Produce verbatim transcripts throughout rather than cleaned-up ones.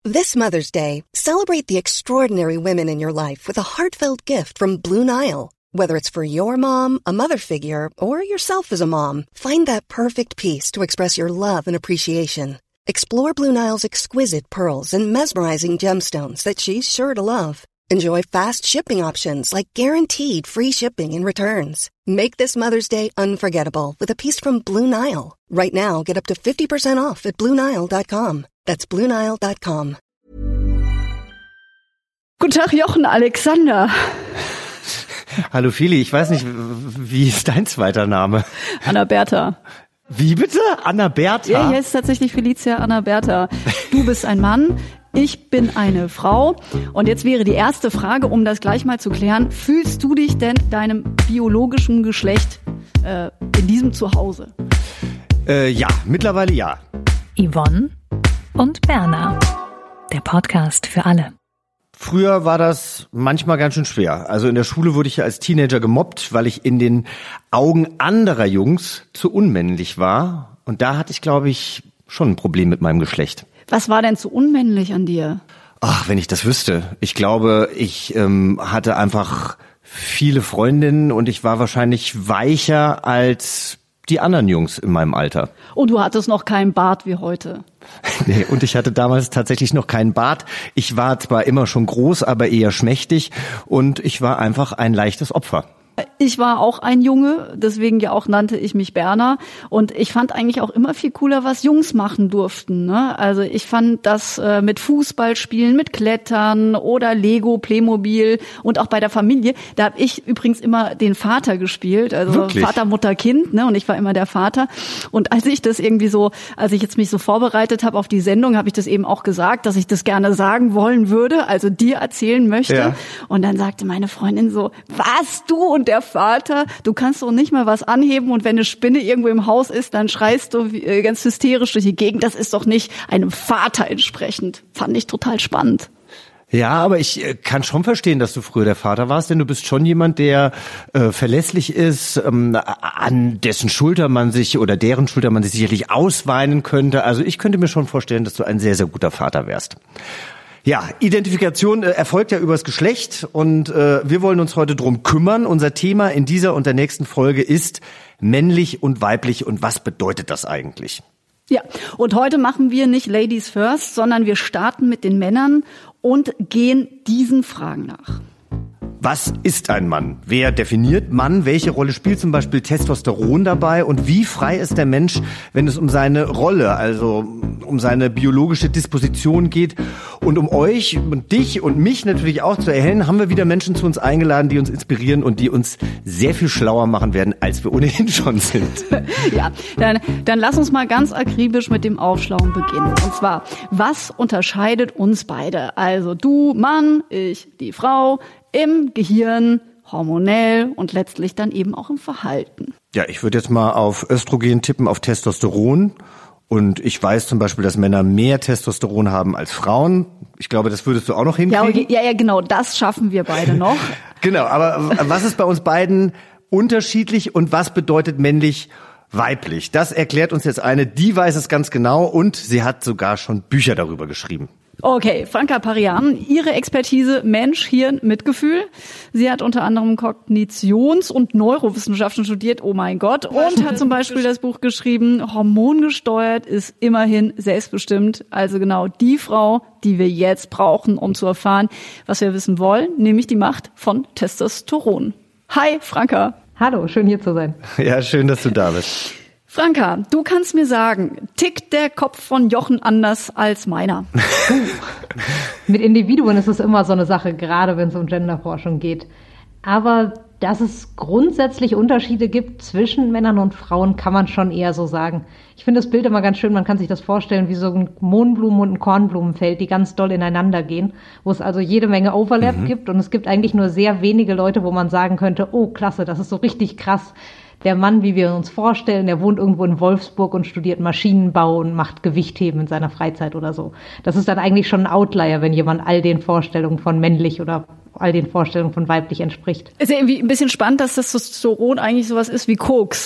This Mother's Day, celebrate the extraordinary women in your life with a heartfelt gift from Blue Nile. Whether it's for your mom, a mother figure, or yourself as a mom, find that perfect piece to express your love and appreciation. Explore Blue Nile's exquisite pearls and mesmerizing gemstones that she's sure to love. Enjoy fast shipping options like guaranteed free shipping and returns. Make this Mother's Day unforgettable with a piece from Blue Nile. Right now, get up to fifty percent off at blue nile dot com. That's blue nile dot com. Guten Tag, Jochen Alexander. Hallo Fili, ich weiß nicht, wie ist dein zweiter Name? Anna-Bertha. Wie bitte? Anna-Bertha? Ja, hier ist tatsächlich Felicia Anna-Bertha. Du bist ein Mann, ich bin eine Frau. Und jetzt wäre die erste Frage, um das gleich mal zu klären. Fühlst du dich denn deinem biologischen Geschlecht äh, in diesem Zuhause? Äh, ja, mittlerweile ja. Yvonne und Berna, der Podcast für alle. Früher war das manchmal ganz schön schwer. Also in der Schule wurde ich ja als Teenager gemobbt, weil ich in den Augen anderer Jungs zu unmännlich war. Und da hatte ich, glaube ich, schon ein Problem mit meinem Geschlecht. Was war denn zu unmännlich an dir? Ach, wenn ich das wüsste. Ich glaube, ich ähm, hatte einfach viele Freundinnen und ich war wahrscheinlich weicher als die anderen Jungs in meinem Alter. Und du hattest noch keinen Bart wie heute. Nee, und ich hatte damals tatsächlich noch keinen Bart. Ich war zwar immer schon groß, aber eher schmächtig und ich war einfach ein leichtes Opfer. Ich war auch ein Junge, deswegen ja auch nannte ich mich Berna. Und ich fand eigentlich auch immer viel cooler, was Jungs machen durften. Ne? Also ich fand das äh, mit Fußball spielen, mit Klettern oder Lego, Playmobil und auch bei der Familie. Da habe ich übrigens immer den Vater gespielt, also Wirklich? Vater, Mutter, Kind. Ne? Und ich war immer der Vater. Und als ich das irgendwie so, als ich jetzt mich so vorbereitet habe auf die Sendung, habe ich das eben auch gesagt, dass ich das gerne sagen wollen würde, also dir erzählen möchte. Ja. Und dann sagte meine Freundin so, was, du und der Vater, du kannst doch nicht mal was anheben und wenn eine Spinne irgendwo im Haus ist, dann schreist du ganz hysterisch durch die Gegend. Das ist doch nicht einem Vater entsprechend. Fand ich total spannend. Ja, aber ich äh, kann schon verstehen, dass du früher der Vater warst, denn du bist schon jemand, der äh, verlässlich ist, ähm, an dessen Schulter man sich oder deren Schulter man sich sicherlich ausweinen könnte. Also ich könnte mir schon vorstellen, dass du ein sehr, sehr guter Vater wärst. Ja, Identifikation äh, erfolgt ja übers Geschlecht und äh, wir wollen uns heute drum kümmern. Unser Thema in dieser und der nächsten Folge ist männlich und weiblich und was bedeutet das eigentlich? Ja, und heute machen wir nicht Ladies First, sondern wir starten mit den Männern und gehen diesen Fragen nach. Was ist ein Mann? Wer definiert Mann? Welche Rolle spielt zum Beispiel Testosteron dabei? Und wie frei ist der Mensch, wenn es um seine Rolle, also um seine biologische Disposition geht? Und um euch und dich und mich natürlich auch zu erhellen, haben wir wieder Menschen zu uns eingeladen, die uns inspirieren und die uns sehr viel schlauer machen werden, als wir ohnehin schon sind. Ja, dann, dann lass uns mal ganz akribisch mit dem Aufschlauen beginnen. Und zwar, was unterscheidet uns beide? Also du Mann, ich die Frau, im Gehirn, hormonell und letztlich dann eben auch im Verhalten. Ja, ich würde jetzt mal auf Östrogen tippen, auf Testosteron. Und ich weiß zum Beispiel, dass Männer mehr Testosteron haben als Frauen. Ich glaube, das würdest du auch noch hinkriegen. Ja, ja, ja, genau, das schaffen wir beide noch. Genau, aber was ist bei uns beiden unterschiedlich und was bedeutet männlich, weiblich? Das erklärt uns jetzt eine, die weiß es ganz genau und sie hat sogar schon Bücher darüber geschrieben. Okay, Franka Parian, ihre Expertise Mensch, Hirn, Mitgefühl. Sie hat unter anderem Kognitions- und Neurowissenschaften studiert, oh mein Gott, und hat zum Beispiel das Buch geschrieben, Hormongesteuert ist immerhin selbstbestimmt. Also genau die Frau, die wir jetzt brauchen, um zu erfahren, was wir wissen wollen, nämlich die Macht von Testosteron. Hi, Franka. Hallo, schön hier zu sein. Ja, schön, dass du da bist. Franka, du kannst mir sagen, tickt der Kopf von Jochen anders als meiner? Mit Individuen ist es immer so eine Sache, gerade wenn es um Genderforschung geht. Aber dass es grundsätzlich Unterschiede gibt zwischen Männern und Frauen, kann man schon eher so sagen. Ich finde das Bild immer ganz schön, man kann sich das vorstellen wie so ein Mohnblumen- und ein Kornblumenfeld, die ganz doll ineinander gehen, wo es also jede Menge Overlap mhm. gibt und es gibt eigentlich nur sehr wenige Leute, wo man sagen könnte, oh klasse, das ist so richtig krass. Der Mann, wie wir uns vorstellen, der wohnt irgendwo in Wolfsburg und studiert Maschinenbau und macht Gewichtheben in seiner Freizeit oder so. Das ist dann eigentlich schon ein Outlier, wenn jemand all den Vorstellungen von männlich oder all den Vorstellungen von weiblich entspricht. Ist ja irgendwie ein bisschen spannend, dass Testosteron eigentlich sowas ist wie Koks.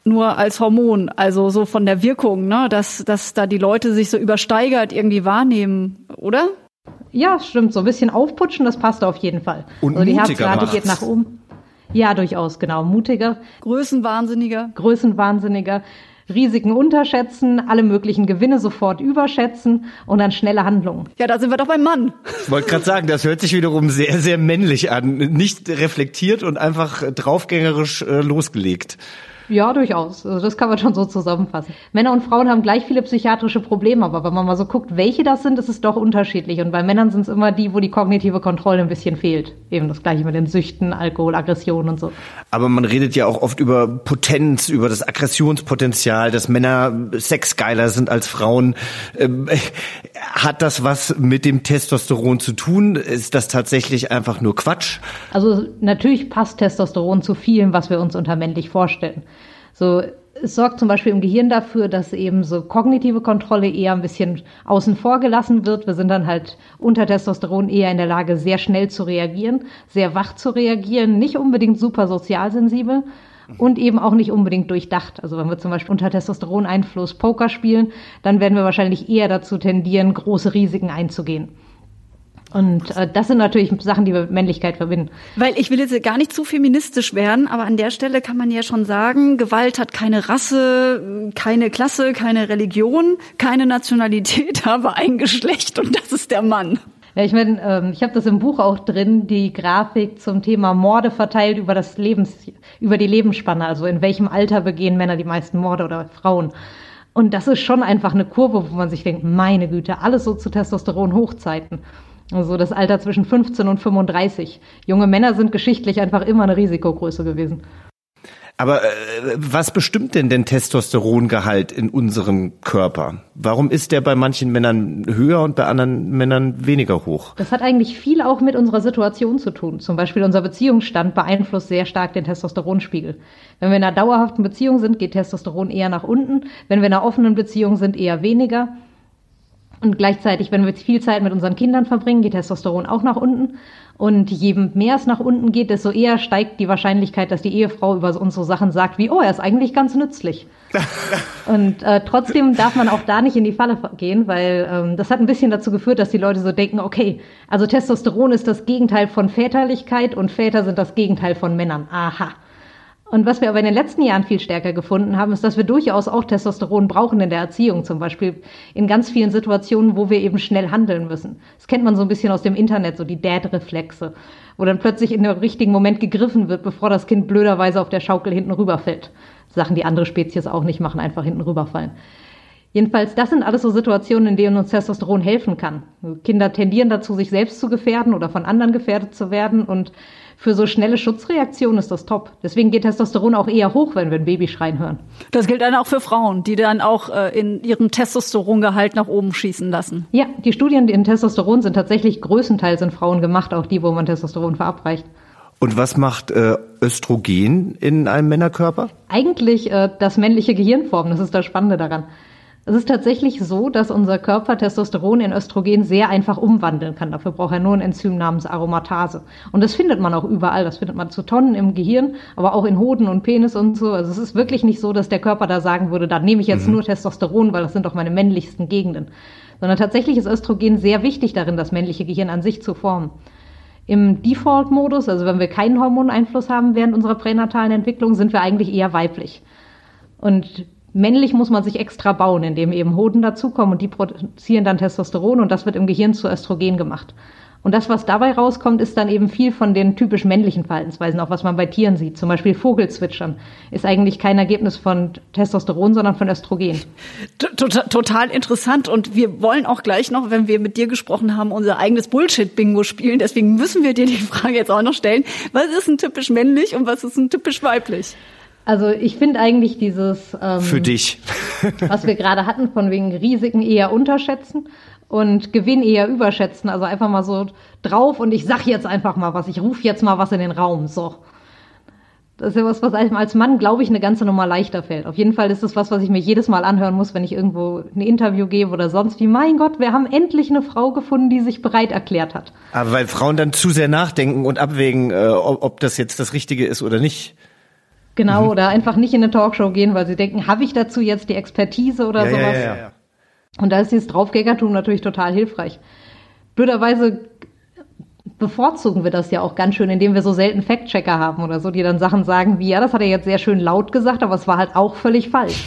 nur als Hormon, also so von der Wirkung, ne, dass, dass da die Leute sich so übersteigert irgendwie wahrnehmen, oder? Ja, stimmt. So ein bisschen aufputschen, das passt auf jeden Fall. Und also die mutiger Herzrate macht's. geht nach oben. Ja, durchaus, genau. Mutiger, Größenwahnsinniger. Größenwahnsinniger, Risiken unterschätzen, alle möglichen Gewinne sofort überschätzen und dann schnelle Handlungen. Ja, da sind wir doch beim Mann. Ich wollte gerade sagen, das hört sich wiederum sehr, sehr männlich an. Nicht reflektiert und einfach draufgängerisch äh, losgelegt. Ja, durchaus. Also das kann man schon so zusammenfassen. Männer und Frauen haben gleich viele psychiatrische Probleme, aber wenn man mal so guckt, welche das sind, ist es doch unterschiedlich. Und bei Männern sind es immer die, wo die kognitive Kontrolle ein bisschen fehlt. Eben das Gleiche mit den Süchten, Alkohol, Aggression und so. Aber man redet ja auch oft über Potenz, über das Aggressionspotenzial, dass Männer sexgeiler sind als Frauen. Ähm, hat das was mit dem Testosteron zu tun? Ist das tatsächlich einfach nur Quatsch? Also natürlich passt Testosteron zu vielem, was wir uns unter männlich vorstellen. So, es sorgt zum Beispiel im Gehirn dafür, dass eben so kognitive Kontrolle eher ein bisschen außen vor gelassen wird. Wir sind dann halt unter Testosteron eher in der Lage, sehr schnell zu reagieren, sehr wach zu reagieren, nicht unbedingt super sozialsensibel und eben auch nicht unbedingt durchdacht. Also wenn wir zum Beispiel unter Testosteroneinfluss Poker spielen, dann werden wir wahrscheinlich eher dazu tendieren, große Risiken einzugehen. Und äh, das sind natürlich Sachen, die wir mit Männlichkeit verbinden. Weil ich will jetzt gar nicht zu feministisch werden, aber an der Stelle kann man ja schon sagen, Gewalt hat keine Rasse, keine Klasse, keine Religion, keine Nationalität, aber ein Geschlecht und das ist der Mann. Ja, ich meine, ähm, ich habe das im Buch auch drin, die Grafik zum Thema Morde verteilt über das Lebens, über die Lebensspanne, also in welchem Alter begehen Männer die meisten Morde oder Frauen. Und das ist schon einfach eine Kurve, wo man sich denkt, meine Güte, alles so zu Testosteron-Hochzeiten. Also das Alter zwischen fünfzehn und fünfunddreißig. Junge Männer sind geschichtlich einfach immer eine Risikogröße gewesen. Aber äh, was bestimmt denn den Testosterongehalt in unserem Körper? Warum ist der bei manchen Männern höher und bei anderen Männern weniger hoch? Das hat eigentlich viel auch mit unserer Situation zu tun. Zum Beispiel unser Beziehungsstand beeinflusst sehr stark den Testosteronspiegel. Wenn wir in einer dauerhaften Beziehung sind, geht Testosteron eher nach unten. Wenn wir in einer offenen Beziehung sind, eher weniger. Und gleichzeitig, wenn wir viel Zeit mit unseren Kindern verbringen, geht Testosteron auch nach unten. Und je mehr es nach unten geht, desto eher steigt die Wahrscheinlichkeit, dass die Ehefrau über uns so Sachen sagt wie, oh, er ist eigentlich ganz nützlich. Und äh, trotzdem darf man auch da nicht in die Falle gehen, weil ähm, das hat ein bisschen dazu geführt, dass die Leute so denken, okay, also Testosteron ist das Gegenteil von Väterlichkeit und Väter sind das Gegenteil von Männern. Aha. Und was wir aber in den letzten Jahren viel stärker gefunden haben, ist, dass wir durchaus auch Testosteron brauchen in der Erziehung, zum Beispiel in ganz vielen Situationen, wo wir eben schnell handeln müssen. Das kennt man so ein bisschen aus dem Internet, so die Dad-Reflexe, wo dann plötzlich in dem richtigen Moment gegriffen wird, bevor das Kind blöderweise auf der Schaukel hinten rüberfällt. Sachen, die andere Spezies auch nicht machen, einfach hinten rüberfallen. Jedenfalls, das sind alles so Situationen, in denen uns Testosteron helfen kann. Kinder tendieren dazu, sich selbst zu gefährden oder von anderen gefährdet zu werden und für so schnelle Schutzreaktionen ist das top. Deswegen geht Testosteron auch eher hoch, wenn wir ein Baby schreien hören. Das gilt dann auch für Frauen, die dann auch äh, in ihrem Testosterongehalt nach oben schießen lassen. Ja, die Studien in Testosteron sind tatsächlich größtenteils in Frauen gemacht, auch die, wo man Testosteron verabreicht. Und was macht äh, Östrogen in einem Männerkörper? Eigentlich äh, das männliche Gehirn formen, das ist das Spannende daran. Es ist tatsächlich so, dass unser Körper Testosteron in Östrogen sehr einfach umwandeln kann. Dafür braucht er nur ein Enzym namens Aromatase. Und das findet man auch überall. Das findet man zu Tonnen im Gehirn, aber auch in Hoden und Penis und so. Also es ist wirklich nicht so, dass der Körper da sagen würde, da nehme ich jetzt mhm. nur Testosteron, weil das sind doch meine männlichsten Gegenden. Sondern tatsächlich ist Östrogen sehr wichtig darin, das männliche Gehirn an sich zu formen. Im Default-Modus, also wenn wir keinen Hormoneinfluss haben während unserer pränatalen Entwicklung, sind wir eigentlich eher weiblich. Und männlich muss man sich extra bauen, indem eben Hoden dazukommen und die produzieren dann Testosteron und das wird im Gehirn zu Östrogen gemacht. Und das, was dabei rauskommt, ist dann eben viel von den typisch männlichen Verhaltensweisen, auch was man bei Tieren sieht. Zum Beispiel Vogelzwitschern ist eigentlich kein Ergebnis von Testosteron, sondern von Östrogen. Total, total interessant. Und wir wollen auch gleich noch, wenn wir mit dir gesprochen haben, unser eigenes Bullshit-Bingo spielen. Deswegen müssen wir dir die Frage jetzt auch noch stellen. Was ist ein typisch männlich und was ist ein typisch weiblich? Also ich finde eigentlich dieses, ähm, für dich, was wir gerade hatten, von wegen Risiken eher unterschätzen und Gewinn eher überschätzen. Also einfach mal so drauf und ich sag jetzt einfach mal was, ich rufe jetzt mal was in den Raum. So, das ist ja was, was einem als Mann, glaube ich, eine ganze Nummer leichter fällt. Auf jeden Fall ist das was, was ich mir jedes Mal anhören muss, wenn ich irgendwo ein Interview gebe oder sonst wie. Mein Gott, wir haben endlich eine Frau gefunden, die sich bereit erklärt hat. Aber weil Frauen dann zu sehr nachdenken und abwägen, äh, ob, ob das jetzt das Richtige ist oder nicht. Genau, mhm. oder einfach nicht in eine Talkshow gehen, weil sie denken, habe ich dazu jetzt die Expertise oder ja, sowas? Ja, ja, ja. Und da ist dieses Draufgängertum natürlich total hilfreich. Blöderweise bevorzugen wir das ja auch ganz schön, indem wir so selten Fact-Checker haben oder so, die dann Sachen sagen wie, ja, das hat er jetzt sehr schön laut gesagt, aber es war halt auch völlig falsch.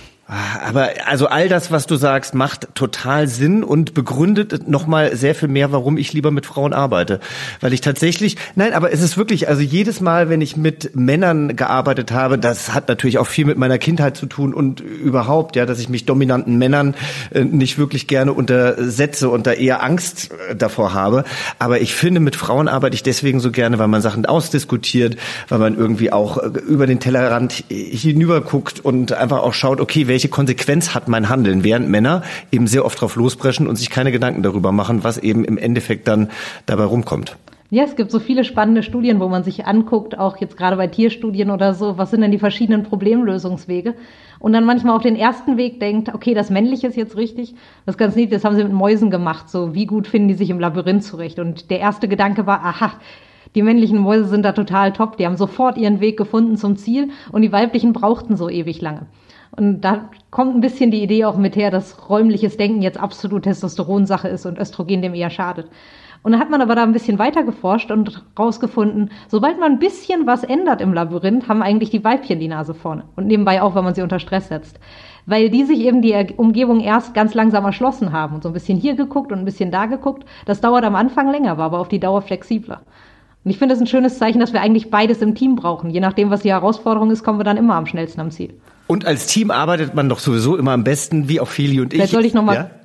Aber also all das, was du sagst, macht total Sinn und begründet nochmal sehr viel mehr, warum ich lieber mit Frauen arbeite. Weil ich tatsächlich, nein, aber es ist wirklich, also jedes Mal, wenn ich mit Männern gearbeitet habe, das hat natürlich auch viel mit meiner Kindheit zu tun und überhaupt, ja, dass ich mich dominanten Männern äh, nicht wirklich gerne untersetze und da eher Angst äh, davor habe. Aber ich finde, mit Frauen arbeite ich deswegen so gerne, weil man Sachen ausdiskutiert, weil man irgendwie auch äh, über den Tellerrand hinüber guckt und einfach auch schaut, okay, welche Konsequenz hat mein Handeln, während Männer eben sehr oft drauf losbrechen und sich keine Gedanken darüber machen, was eben im Endeffekt dann dabei rumkommt. Ja, es gibt so viele spannende Studien, wo man sich anguckt, auch jetzt gerade bei Tierstudien oder so, was sind denn die verschiedenen Problemlösungswege? Und dann manchmal auf den ersten Weg denkt, okay, das Männliche ist jetzt richtig. Das ist ganz lieb, das haben sie mit Mäusen gemacht, so wie gut finden die sich im Labyrinth zurecht. Und der erste Gedanke war, aha, die männlichen Mäuse sind da total top, die haben sofort ihren Weg gefunden zum Ziel und die weiblichen brauchten so ewig lange. Und da kommt ein bisschen die Idee auch mit her, dass räumliches Denken jetzt absolut Testosteronsache ist und Östrogen dem eher schadet. Und dann hat man aber da ein bisschen weiter geforscht und rausgefunden, sobald man ein bisschen was ändert im Labyrinth, haben eigentlich die Weibchen die Nase vorne. Und nebenbei auch, wenn man sie unter Stress setzt. Weil die sich eben die Umgebung erst ganz langsam erschlossen haben und so ein bisschen hier geguckt und ein bisschen da geguckt. Das dauert am Anfang länger, war aber auf die Dauer flexibler. Und ich finde es ein schönes Zeichen, dass wir eigentlich beides im Team brauchen. Je nachdem, was die Herausforderung ist, kommen wir dann immer am schnellsten am Ziel. Und als Team arbeitet man doch sowieso immer am besten, wie auch Feli und ich. Vielleicht soll ich noch mal ja?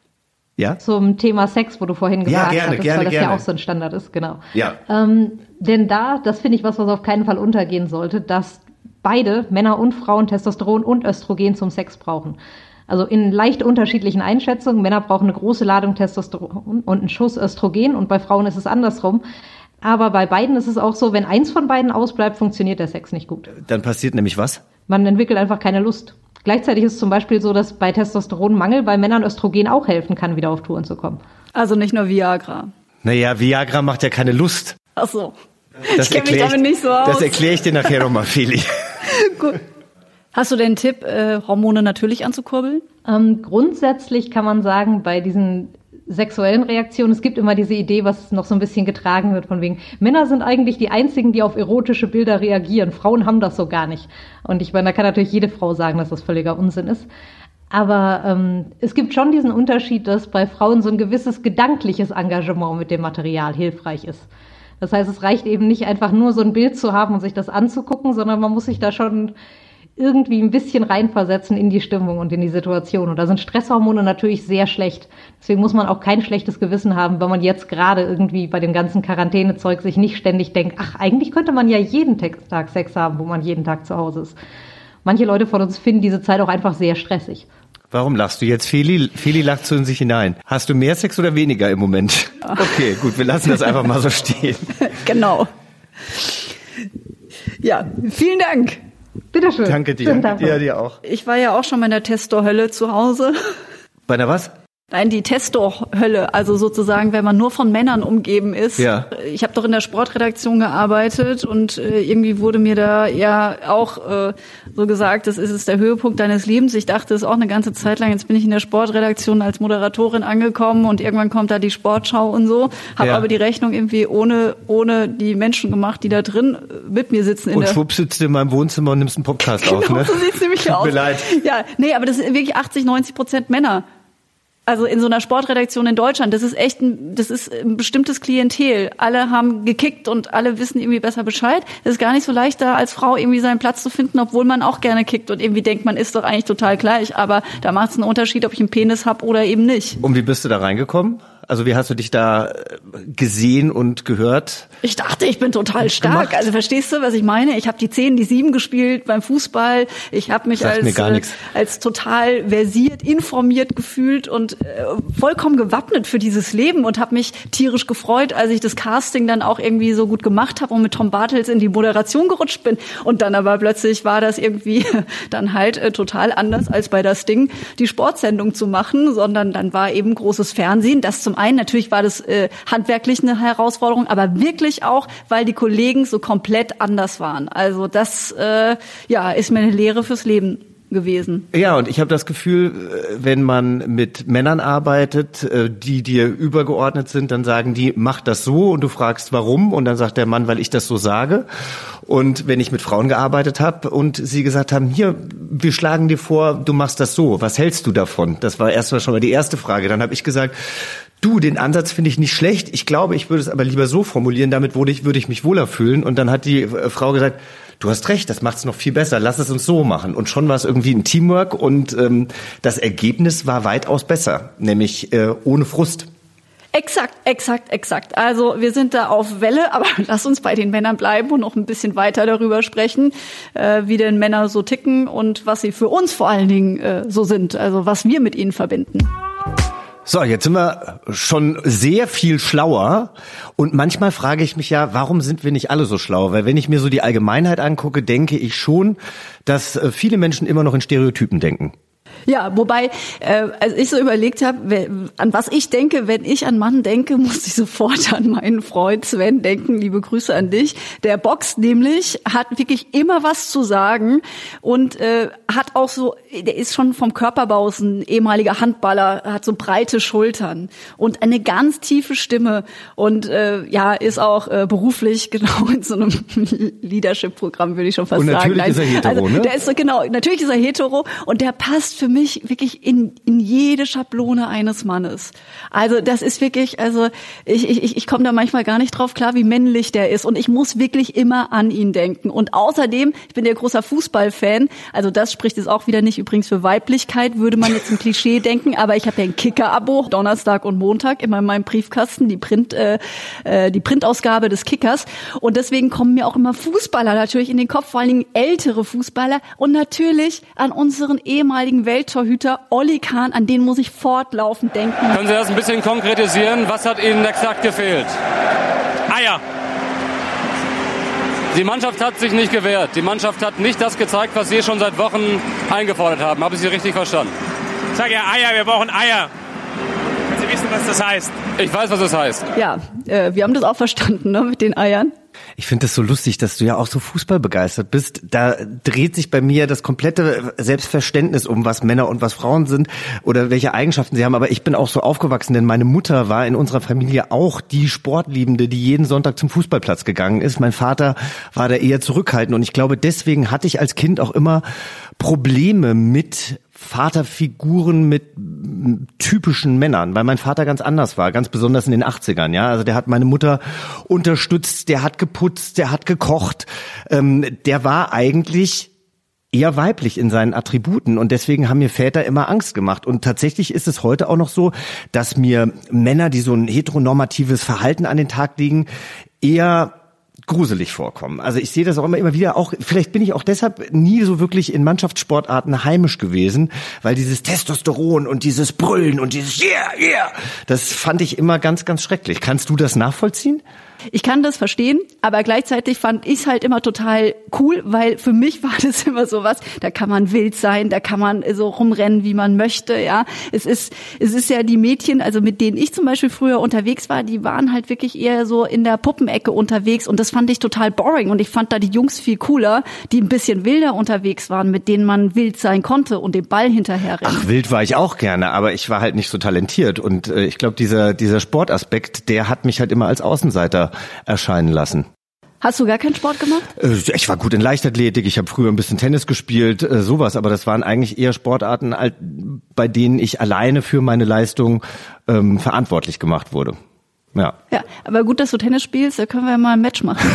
Ja? zum Thema Sex, wo du vorhin gesagt ja, gerne, hattest, gerne, weil das gerne. ja auch so ein Standard ist, genau. Ja. Ähm, denn da, das finde ich was, was auf keinen Fall untergehen sollte, dass beide, Männer und Frauen, Testosteron und Östrogen zum Sex brauchen. Also in leicht unterschiedlichen Einschätzungen. Männer brauchen eine große Ladung Testosteron und einen Schuss Östrogen und bei Frauen ist es andersrum. Aber bei beiden ist es auch so, wenn eins von beiden ausbleibt, funktioniert der Sex nicht gut. Dann passiert nämlich was? Man entwickelt einfach keine Lust. Gleichzeitig ist es zum Beispiel so, dass bei Testosteronmangel bei Männern Östrogen auch helfen kann, wieder auf Touren zu kommen. Also nicht nur Viagra. Naja, Viagra macht ja keine Lust. Ach so. Das ich kenne mich damit nicht so aus. Das erkläre ich dir nachher nochmal, Feli. Gut. Hast du denn einen Tipp, äh, Hormone natürlich anzukurbeln? Ähm, grundsätzlich kann man sagen, bei diesen sexuellen Reaktionen, es gibt immer diese Idee, was noch so ein bisschen getragen wird, von wegen, Männer sind eigentlich die einzigen, die auf erotische Bilder reagieren. Frauen haben das so gar nicht. Und ich meine, da kann natürlich jede Frau sagen, dass das völliger Unsinn ist. Aber ähm, es gibt schon diesen Unterschied, dass bei Frauen so ein gewisses gedankliches Engagement mit dem Material hilfreich ist. Das heißt, es reicht eben nicht einfach nur so ein Bild zu haben und sich das anzugucken, sondern man muss sich da schon irgendwie ein bisschen reinversetzen in die Stimmung und in die Situation. Und da sind Stresshormone natürlich sehr schlecht. Deswegen muss man auch kein schlechtes Gewissen haben, wenn man jetzt gerade irgendwie bei dem ganzen Quarantänezeug sich nicht ständig denkt, ach, eigentlich könnte man ja jeden Tag Sex haben, wo man jeden Tag zu Hause ist. Manche Leute von uns finden diese Zeit auch einfach sehr stressig. Warum lachst du jetzt? Feli, Feli lacht so in sich hinein. Hast du mehr Sex oder weniger im Moment? Okay, gut, wir lassen das einfach mal so stehen. Genau. Ja, vielen Dank. Bitteschön. Danke dir. Ja, dir auch. Ich war ja auch schon mal in der Testo-Hölle zu Hause. Bei der was? Nein, die Testo-Hölle, also sozusagen, wenn man nur von Männern umgeben ist. Ja. Ich habe doch in der Sportredaktion gearbeitet und äh, irgendwie wurde mir da ja auch äh, so gesagt, das ist es der Höhepunkt deines Lebens. Ich dachte es auch eine ganze Zeit lang. Jetzt bin ich in der Sportredaktion als Moderatorin angekommen und irgendwann kommt da die Sportschau und so. Habe ja. aber die Rechnung irgendwie ohne ohne die Menschen gemacht, die da drin mit mir sitzen. In und der schwupp sitzt du in meinem Wohnzimmer und nimmst einen Podcast genau, auf. Ne? So sieht's nämlich Tut aus. mir leid. Ja, nee, aber das sind wirklich achtzig, neunzig Prozent Männer. Also in so einer Sportredaktion in Deutschland, das ist echt ein, das ist ein bestimmtes Klientel. Alle haben gekickt und alle wissen irgendwie besser Bescheid. Es ist gar nicht so leicht, da als Frau irgendwie seinen Platz zu finden, obwohl man auch gerne kickt und irgendwie denkt, man ist doch eigentlich total gleich. Aber da macht es einen Unterschied, ob ich einen Penis habe oder eben nicht. Und wie bist du da reingekommen? Also wie hast du dich da gesehen und gehört? Ich dachte, ich bin total stark. Gemacht? Also verstehst du, was ich meine? Ich habe die zehn, die sieben gespielt beim Fußball. Ich habe mich Sagt mir als gar äh, nichts. als total versiert, informiert gefühlt und äh, vollkommen gewappnet für dieses Leben und habe mich tierisch gefreut, als ich das Casting dann auch irgendwie so gut gemacht habe und mit Tom Bartels in die Moderation gerutscht bin. Und dann aber plötzlich war das irgendwie dann halt äh, total anders als bei das Ding, die Sportsendung zu machen, sondern dann war eben großes Fernsehen, das zum einen, natürlich war das äh, handwerklich eine Herausforderung, aber wirklich auch, weil die Kollegen so komplett anders waren. Also das äh, ja ist mir eine Lehre fürs Leben gewesen. Ja, und ich habe das Gefühl, wenn man mit Männern arbeitet, die dir übergeordnet sind, dann sagen die, mach das so, und du fragst, warum, und dann sagt der Mann, weil ich das so sage. Und wenn ich mit Frauen gearbeitet habe und sie gesagt haben, hier, wir schlagen dir vor, du machst das so, was hältst du davon? Das war erstmal schon mal die erste Frage. Dann habe ich gesagt, du, den Ansatz finde ich nicht schlecht, ich glaube, ich würde es aber lieber so formulieren, damit würde ich, würde ich mich wohler fühlen. Und dann hat die Frau gesagt, du hast recht, das macht's noch viel besser, lass es uns so machen. Und schon war es irgendwie ein Teamwork, und ähm, das Ergebnis war weitaus besser, nämlich äh, ohne Frust. Exakt, exakt, exakt. Also wir sind da auf Welle, aber lass uns bei den Männern bleiben und noch ein bisschen weiter darüber sprechen, äh, wie denn Männer so ticken und was sie für uns vor allen Dingen äh, so sind, also was wir mit ihnen verbinden. So, jetzt sind wir schon sehr viel schlauer, und manchmal frage ich mich ja, warum sind wir nicht alle so schlau? Weil wenn ich mir so die Allgemeinheit angucke, denke ich schon, dass viele Menschen immer noch in Stereotypen denken. Ja, wobei, äh, als ich so überlegt habe, an was ich denke, wenn ich an Mann denke, muss ich sofort an meinen Freund Sven denken. Liebe Grüße an dich. Der boxt nämlich, hat wirklich immer was zu sagen und äh, hat auch so, der ist schon vom Körperbau ein ehemaliger Handballer, hat so breite Schultern und eine ganz tiefe Stimme und äh, ja, ist auch äh, beruflich genau in so einem Leadership-Programm, würde ich schon fast und sagen. Natürlich ist er hetero, also, ne? Der ist so, genau, natürlich ist er hetero, und der passt für mich wirklich in in jede Schablone eines Mannes. Also das ist wirklich, also ich ich ich komme da manchmal gar nicht drauf klar, wie männlich der ist, und ich muss wirklich immer an ihn denken. Und außerdem, ich bin ja großer Fußballfan, also das spricht jetzt auch wieder nicht übrigens für Weiblichkeit, würde man jetzt im Klischee denken, aber ich habe ja ein Kicker-Abo, Donnerstag und Montag immer in meinem Briefkasten, die Print äh, die Printausgabe des Kickers, und deswegen kommen mir auch immer Fußballer natürlich in den Kopf, vor allen Dingen ältere Fußballer, und natürlich an unseren ehemaligen Welttorhüter Olli Kahn, an den muss ich fortlaufend denken. Können Sie das ein bisschen konkretisieren? Was hat Ihnen exakt gefehlt? Eier. Die Mannschaft hat sich nicht gewehrt. Die Mannschaft hat nicht das gezeigt, was Sie schon seit Wochen eingefordert haben. Habe ich Sie richtig verstanden? Ich sage ja Eier, wir brauchen Eier. Können Sie wissen, was das heißt? Ich weiß, was das heißt. Ja, äh, wir haben das auch verstanden, ne, mit den Eiern. Ich finde das so lustig, dass du ja auch so fußballbegeistert bist. Da dreht sich bei mir das komplette Selbstverständnis um, was Männer und was Frauen sind oder welche Eigenschaften sie haben. Aber ich bin auch so aufgewachsen, denn meine Mutter war in unserer Familie auch die Sportliebende, die jeden Sonntag zum Fußballplatz gegangen ist. Mein Vater war da eher zurückhaltend, und ich glaube, deswegen hatte ich als Kind auch immer Probleme mit Vaterfiguren, mit typischen Männern, weil mein Vater ganz anders war, ganz besonders in den achtzigern, ja. Also der hat meine Mutter unterstützt, der hat geputzt, der hat gekocht, ähm, der war eigentlich eher weiblich in seinen Attributen, und deswegen haben mir Väter immer Angst gemacht. Und tatsächlich ist es heute auch noch so, dass mir Männer, die so ein heteronormatives Verhalten an den Tag legen, eher gruselig vorkommen. Also ich sehe das auch immer, immer wieder, auch vielleicht bin ich auch deshalb nie so wirklich in Mannschaftssportarten heimisch gewesen, weil dieses Testosteron und dieses Brüllen und dieses Yeah, yeah, das fand ich immer ganz, ganz schrecklich. Kannst du das nachvollziehen? Ich kann das verstehen, aber gleichzeitig fand ich es halt immer total cool, weil für mich war das immer sowas, da kann man wild sein, da kann man so rumrennen, wie man möchte, ja. Es ist, es ist ja die Mädchen, also mit denen ich zum Beispiel früher unterwegs war, die waren halt wirklich eher so in der Puppenecke unterwegs, und das fand ich total boring, und ich fand da die Jungs viel cooler, die ein bisschen wilder unterwegs waren, mit denen man wild sein konnte und den Ball hinterherrennen. Ach, wild war ich auch gerne, aber ich war halt nicht so talentiert, und äh, ich glaube, dieser, dieser Sportaspekt, der hat mich halt immer als Außenseiter erscheinen lassen. Hast du gar keinen Sport gemacht? Ich war gut in Leichtathletik, ich habe früher ein bisschen Tennis gespielt, sowas, aber das waren eigentlich eher Sportarten, bei denen ich alleine für meine Leistung ähm, verantwortlich gemacht wurde. Ja. Ja, aber gut, dass du Tennis spielst, da können wir ja mal ein Match machen.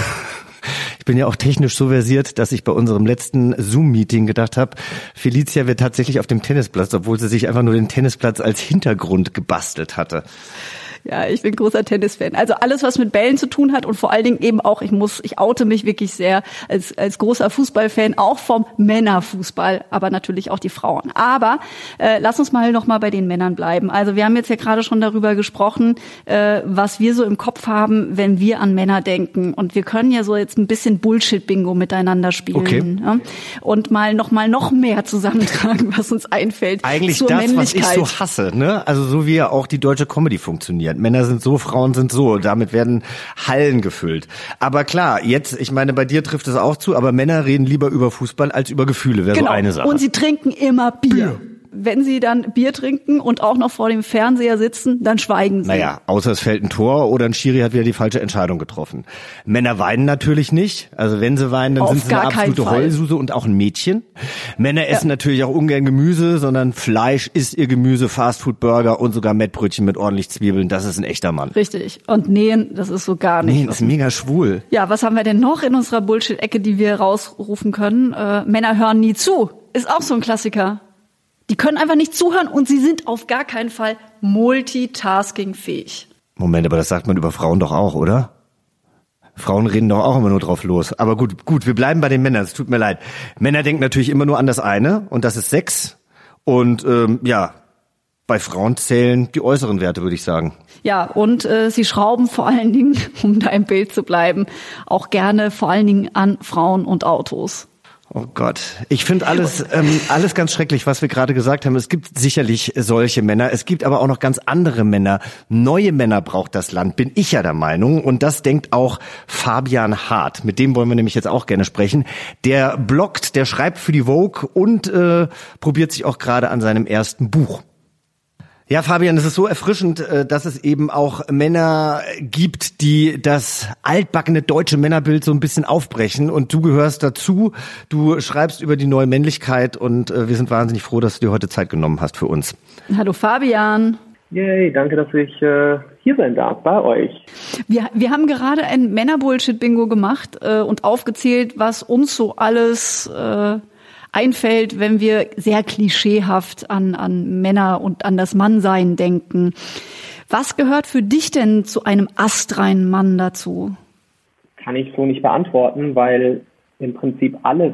Ich bin ja auch technisch so versiert, dass ich bei unserem letzten Zoom-Meeting gedacht habe, Felicia wird tatsächlich auf dem Tennisplatz, obwohl sie sich einfach nur den Tennisplatz als Hintergrund gebastelt hatte. Ja, ich bin großer Tennisfan. Also alles, was mit Bällen zu tun hat, und vor allen Dingen eben auch, ich muss, ich oute mich wirklich sehr als als großer Fußballfan, auch vom Männerfußball, aber natürlich auch die Frauen. Aber äh, lass uns mal noch mal bei den Männern bleiben. Also wir haben jetzt ja gerade schon darüber gesprochen, äh, was wir so im Kopf haben, wenn wir an Männer denken. Und wir können ja so jetzt ein bisschen Bullshit-Bingo miteinander spielen. Okay. Ja? Und mal noch mal noch mehr zusammentragen, was uns einfällt. Eigentlich zur das, was ich Männlichkeit. so hasse, ne? Also so wie ja auch die deutsche Comedy funktioniert. umgekehrt. Männer sind so, Frauen sind so. Damit werden Hallen gefüllt. Aber klar, jetzt, ich meine, bei dir trifft es auch zu, aber Männer reden lieber über Fußball als über Gefühle, wäre genau. so eine Sache. Und sie trinken immer Bier. Bier. Wenn sie dann Bier trinken und auch noch vor dem Fernseher sitzen, dann schweigen sie. Naja, außer es fällt ein Tor oder ein Schiri hat wieder die falsche Entscheidung getroffen. Männer weinen natürlich nicht. Also wenn sie weinen, dann Auf sind sie eine absolute Heulsuse und auch ein Mädchen. Männer essen ja. natürlich auch ungern Gemüse, sondern Fleisch ist ihr Gemüse, Fastfood, Burger und sogar Mettbrötchen mit ordentlich Zwiebeln. Das ist ein echter Mann. Richtig. Und nähen, das ist so gar nicht. Nähen ist mega schwul. Ja, was haben wir denn noch in unserer Bullshit-Ecke, die wir rausrufen können? Äh, Männer hören nie zu. Ist auch so ein Klassiker. Die können einfach nicht zuhören und sie sind auf gar keinen Fall multitaskingfähig. Moment, aber das sagt man über Frauen doch auch, oder? Frauen reden doch auch immer nur drauf los. Aber gut, gut, wir bleiben bei den Männern. Es tut mir leid. Männer denken natürlich immer nur an das eine und das ist Sex. Und ähm, ja, bei Frauen zählen die äußeren Werte, würde ich sagen. Ja, und äh, sie schrauben vor allen Dingen, um da im Bild zu bleiben, auch gerne vor allen Dingen an Frauen und Autos. Oh Gott, ich finde alles ähm, alles ganz schrecklich, was wir gerade gesagt haben. Es gibt sicherlich solche Männer, es gibt aber auch noch ganz andere Männer. Neue Männer braucht das Land, bin ich ja der Meinung. Und das denkt auch Fabian Hart. Mit dem wollen wir nämlich jetzt auch gerne sprechen. Der bloggt, der schreibt für die Vogue und äh, probiert sich auch gerade an seinem ersten Buch. Ja, Fabian, es ist so erfrischend, dass es eben auch Männer gibt, die das altbackene deutsche Männerbild so ein bisschen aufbrechen. Und du gehörst dazu. Du schreibst über die neue Männlichkeit und wir sind wahnsinnig froh, dass du dir heute Zeit genommen hast für uns. Hallo Fabian. Yay, danke, dass ich äh, hier sein darf bei euch. Wir, wir haben gerade ein Männer-Bullshit-Bingo gemacht äh, und aufgezählt, was uns so alles äh, einfällt, wenn wir sehr klischeehaft an, an Männer und an das Mannsein denken. Was gehört für dich denn zu einem astreinen Mann dazu? Kann ich so nicht beantworten, weil im Prinzip alles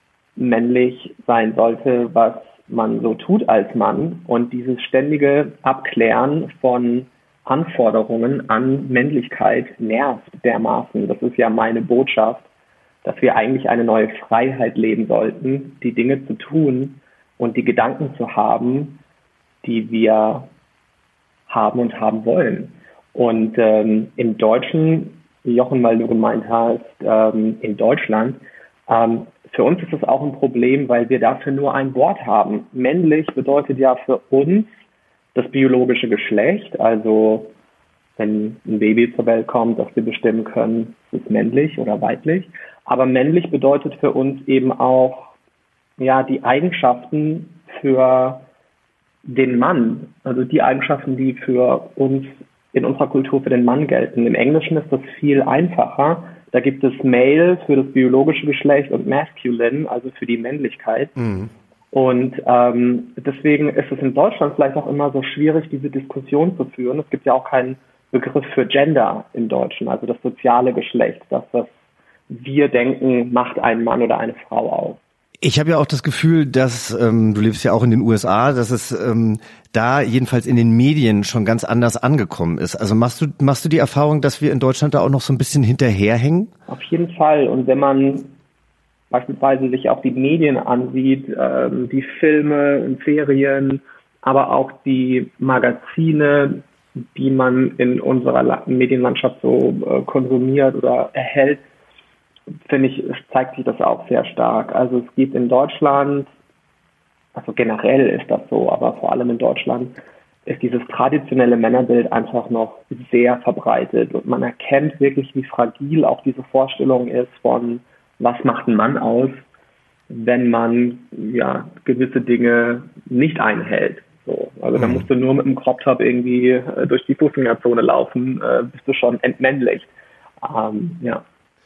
männlich sein sollte, was man so tut als Mann. Und dieses ständige Abklären von Anforderungen an Männlichkeit nervt dermaßen. Das ist ja meine Botschaft, dass wir eigentlich eine neue Freiheit leben sollten, die Dinge zu tun und die Gedanken zu haben, die wir haben und haben wollen. Und ähm, im Deutschen, wie Jochen, weil du gemeint hast, ähm, in Deutschland, ähm, für uns ist es auch ein Problem, weil wir dafür nur ein Wort haben. Männlich bedeutet ja für uns das biologische Geschlecht, also wenn ein Baby zur Welt kommt, dass wir bestimmen können, ist es männlich oder weiblich. Aber männlich bedeutet für uns eben auch ja die Eigenschaften für den Mann, also die Eigenschaften, die für uns in unserer Kultur für den Mann gelten. Im Englischen ist das viel einfacher. Da gibt es Male für das biologische Geschlecht und Masculine, also für die Männlichkeit. Mhm. Und ähm, deswegen ist es in Deutschland vielleicht auch immer so schwierig, diese Diskussion zu führen. Es gibt ja auch keinen Begriff für Gender im Deutschen, also das soziale Geschlecht, das, was wir denken, macht einen Mann oder eine Frau aus. Ich habe ja auch das Gefühl, dass, ähm, du lebst ja auch in den U S A, dass es ähm, da jedenfalls in den Medien schon ganz anders angekommen ist. Also machst du machst du die Erfahrung, dass wir in Deutschland da auch noch so ein bisschen hinterherhängen? Auf jeden Fall. Und wenn man beispielsweise sich auch die Medien ansieht, ähm, die Filme und Serien, aber auch die Magazine, die man in unserer Medienlandschaft so äh, konsumiert oder erhält, finde ich, zeigt sich das auch sehr stark. Also es gibt in Deutschland, also generell ist das so, aber vor allem in Deutschland ist dieses traditionelle Männerbild einfach noch sehr verbreitet und man erkennt wirklich, wie fragil auch diese Vorstellung ist von, was macht ein Mann aus, wenn man ja gewisse Dinge nicht einhält. So, also mhm. da musst du nur mit dem Crop-Top irgendwie äh, durch die Fußgängerzone laufen, äh, bist du schon entmännlicht. Ähm, ja.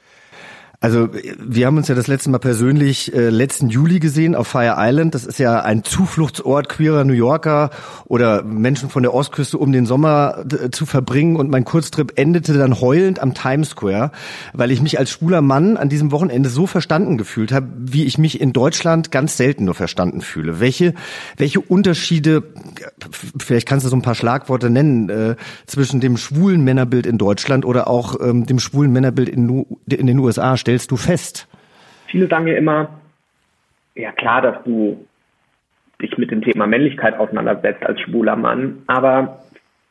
Also wir haben uns ja das letzte Mal persönlich äh, letzten Juli gesehen auf Fire Island. Das ist ja ein Zufluchtsort queerer New Yorker oder Menschen von der Ostküste, um den Sommer d- zu verbringen. Und mein Kurztrip endete dann heulend am Times Square, weil ich mich als schwuler Mann an diesem Wochenende so verstanden gefühlt habe, wie ich mich in Deutschland ganz selten nur verstanden fühle. Welche welche Unterschiede, vielleicht kannst du so ein paar Schlagworte nennen, äh, zwischen dem schwulen Männerbild in Deutschland oder auch ähm, dem schwulen Männerbild in, in den U S A stellst du fest? Viele sagen ja immer, ja klar, dass du dich mit dem Thema Männlichkeit auseinandersetzt als schwuler Mann, aber